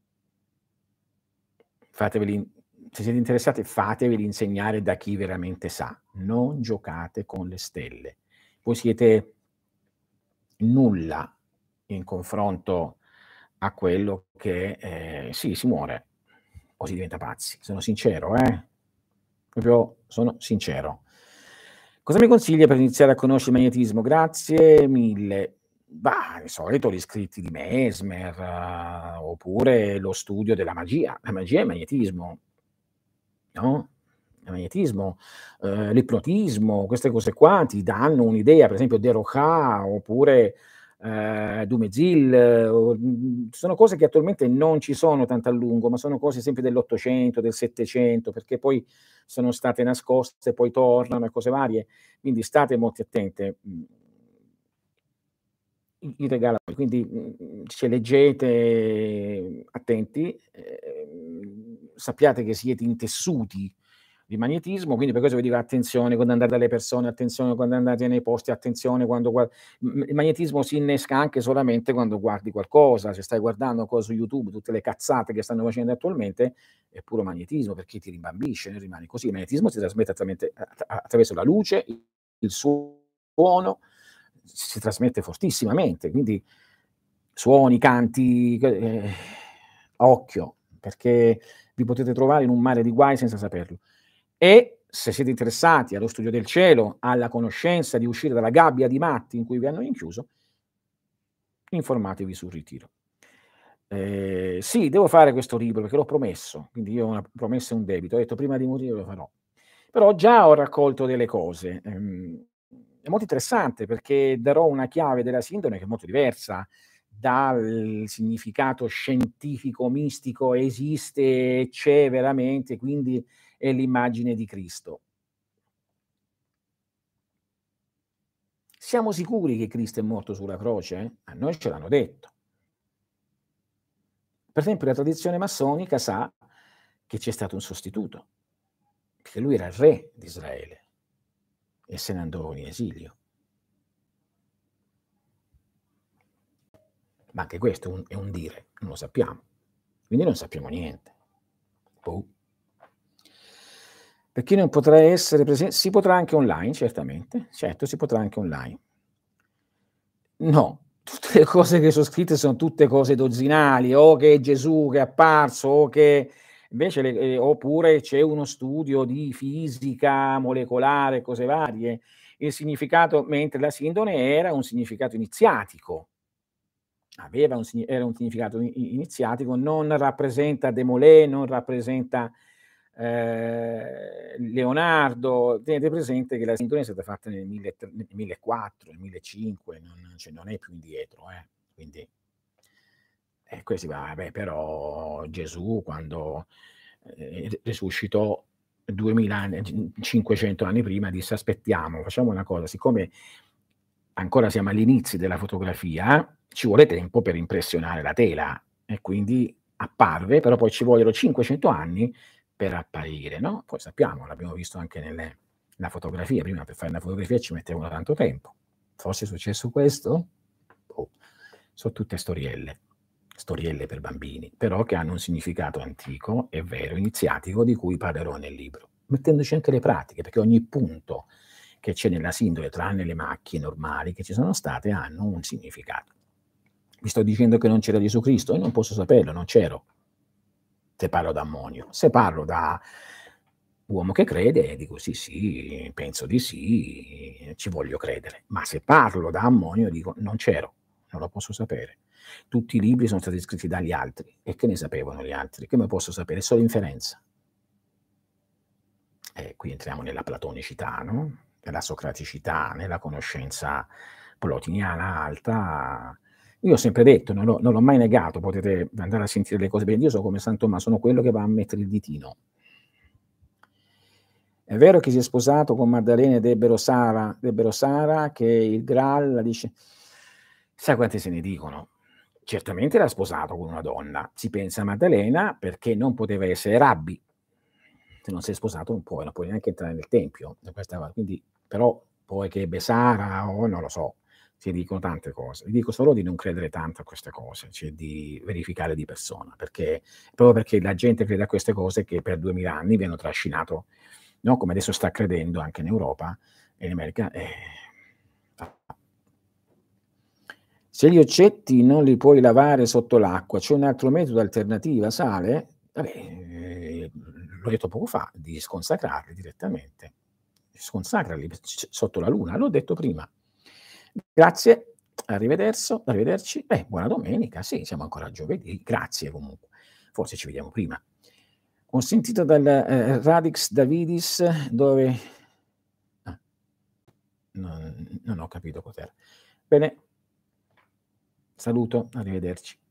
Fateveli se siete interessati fateveli insegnare da chi veramente sa. Non giocate con le stelle. Voi siete nulla in confronto a quello che ehm, sì, si muore o si diventa pazzi. Sono sincero, eh. Proprio sono sincero. Cosa mi consiglia per iniziare a conoscere il magnetismo? Grazie mille. Bah, di solito gli scritti di Mesmer, oppure lo studio della magia. La magia è il magnetismo. No, il magnetismo, uhm, l'ipnotismo, queste cose qua ti danno un'idea, per esempio De Rocha oppure, ehm, Dumezil, o mhmm, sono cose che attualmente non ci sono tanto a lungo, ma sono cose sempre dell'Ottocento, del Settecento, perché poi sono state nascoste, poi tornano e cose varie. Quindi state molto attente. Mhmm I i regala quindi, mhmm, se leggete attenti, ehm, sappiate che siete intessuti di magnetismo, quindi per questo vi dico attenzione quando andate dalle persone, attenzione quando andate nei posti, attenzione quando gua m il magnetismo si innesca anche solamente quando guardi qualcosa, se stai guardando cose su YouTube, tutte le cazzate che stanno facendo attualmente, è puro magnetismo perché ti rimbambisce, non rimani così. Il magnetismo si trasmette attramente a a attraverso la luce, il suono, si trasmette fortissimamente, quindi suoni, canti, che ehm, occhio, perché vi potete trovare in un mare di guai senza saperlo. E se siete interessati allo studio del cielo, alla conoscenza di uscire dalla gabbia di matti in cui vi hanno rinchiuso, informatevi sul ritiro. Ehm, sì, devo fare questo libro perché l'ho promesso, quindi io ho una promessa e un debito. Ho detto: "Prima di morire lo farò". Però già ho raccolto delle cose. Ehm, è molto interessante perché darò una chiave della sindone che è molto diversa dal significato scientifico, mistico, esiste, c'è veramente, quindi è l'immagine di Cristo. Siamo sicuri che Cristo è morto sulla croce? A noi ce l'hanno detto. Per esempio la tradizione massonica sa che c'è stato un sostituto, perché lui era il re di Israele e se ne andò in esilio. Ma anche questo è un è un dire, non lo sappiamo. Quindi non sappiamo niente. Boh. Per chi non potrà essere presen si potrà anche online, certamente. Certo, si potrà anche online. No, tutte le cose che son scritte son tutte cose dozzinali, o che è Gesù che è apparso, o che invece le ehm, oppure c'è uno studio di fisica molecolare, cose varie. il significato mentre la sindone era un significato iniziatico. Aveva un signi era un significato i i iniziatico, non rappresenta Desmoulins, non rappresenta, ehm, Leonardo. Tenete presente che la sindone è stata fatta nel mille e tre nel mille e quattro, nel mille e cinque, non cioè non è più indietro, eh, quindi e qui si va vabbè, però Gesù quando, ehm, r risuscitò duemila anni cin cinquecento anni prima disse: "Aspettiamo, facciamo una cosa, siccome ancora siamo agli inizi della fotografia, ci vuole tempo per impressionare la tela", e quindi apparve, però poi ci vogliono cinquecento anni per apparire, no, poi sappiamo, l'abbiamo visto anche nelle nella fotografia, prima per fare una fotografia ci mettevano tanto tempo. Forse è successo questo? Boh, so' tutte storielle, storielle per bambini, però che hanno un significato antico, è vero, iniziatico, di cui parlerò nel libro, mettendoci anche le pratiche, perché ogni punto che c'è nella sindone, tranne le macchie normali che ci sono state, hanno un significato. Vi sto dicendo che non c'era Gesù Cristo? Io non posso saperlo, non c'ero. Se parlo d'Ammonio. Se parlo da uomo che crede, dico: "Sì, sì, penso di sì, ci voglio credere". Ma se parlo da Ammonio dico: "Non c'ero, non lo posso sapere". Tutti i libri sono stati scritti dagli altri. E che ne sapevano gli altri? Come posso sapere? È solo inferenza. E qui entriamo nella platonicità, no, nella socraticità, nella conoscenza plotiniana alta. Io ho sempre detto, non l'ho non l'ho mai negato, potete andare a sentire le cose perché io so come San Tommaso, sono quello che va a mettere il ditino. È vero che si è sposato con Maddalena ed ebbero Sara ebbero Sara, che il Graal la dice sai quante se ne dicono. Certamente era sposato con una donna. Si pensa a Maddalena perché non poteva essere rabbì. Se non sei sposato non puoi non puoi neanche entrare nel tempio. E questa qua quindi però poi che ebbe Sara o non lo so, si dicono tante cose. Vi dico solo di non credere tanto a queste cose, cioè di verificare di persona, perché proprio perché la gente crede a queste cose che per duemila anni vi hanno trascinato, no, come adesso sta credendo anche in Europa e in America, eh Se gli oggetti non li puoi lavare sotto l'acqua, c'è un altro metodo alternativa, sale? Vabbè, ehm, l'ho detto poco fa, di sconsacrarli direttamente. Sconsacrali p c sotto la luna, l'ho detto prima. Grazie, arrivederso arrivederci. Eh, buona domenica. Sì, siamo ancora a giovedì. Grazie comunque. Forse ci vediamo prima. Ho sentito dal, ehm, Radix Davidis dove ah, non non ho capito cos'era. Bene. Saluto, arrivederci.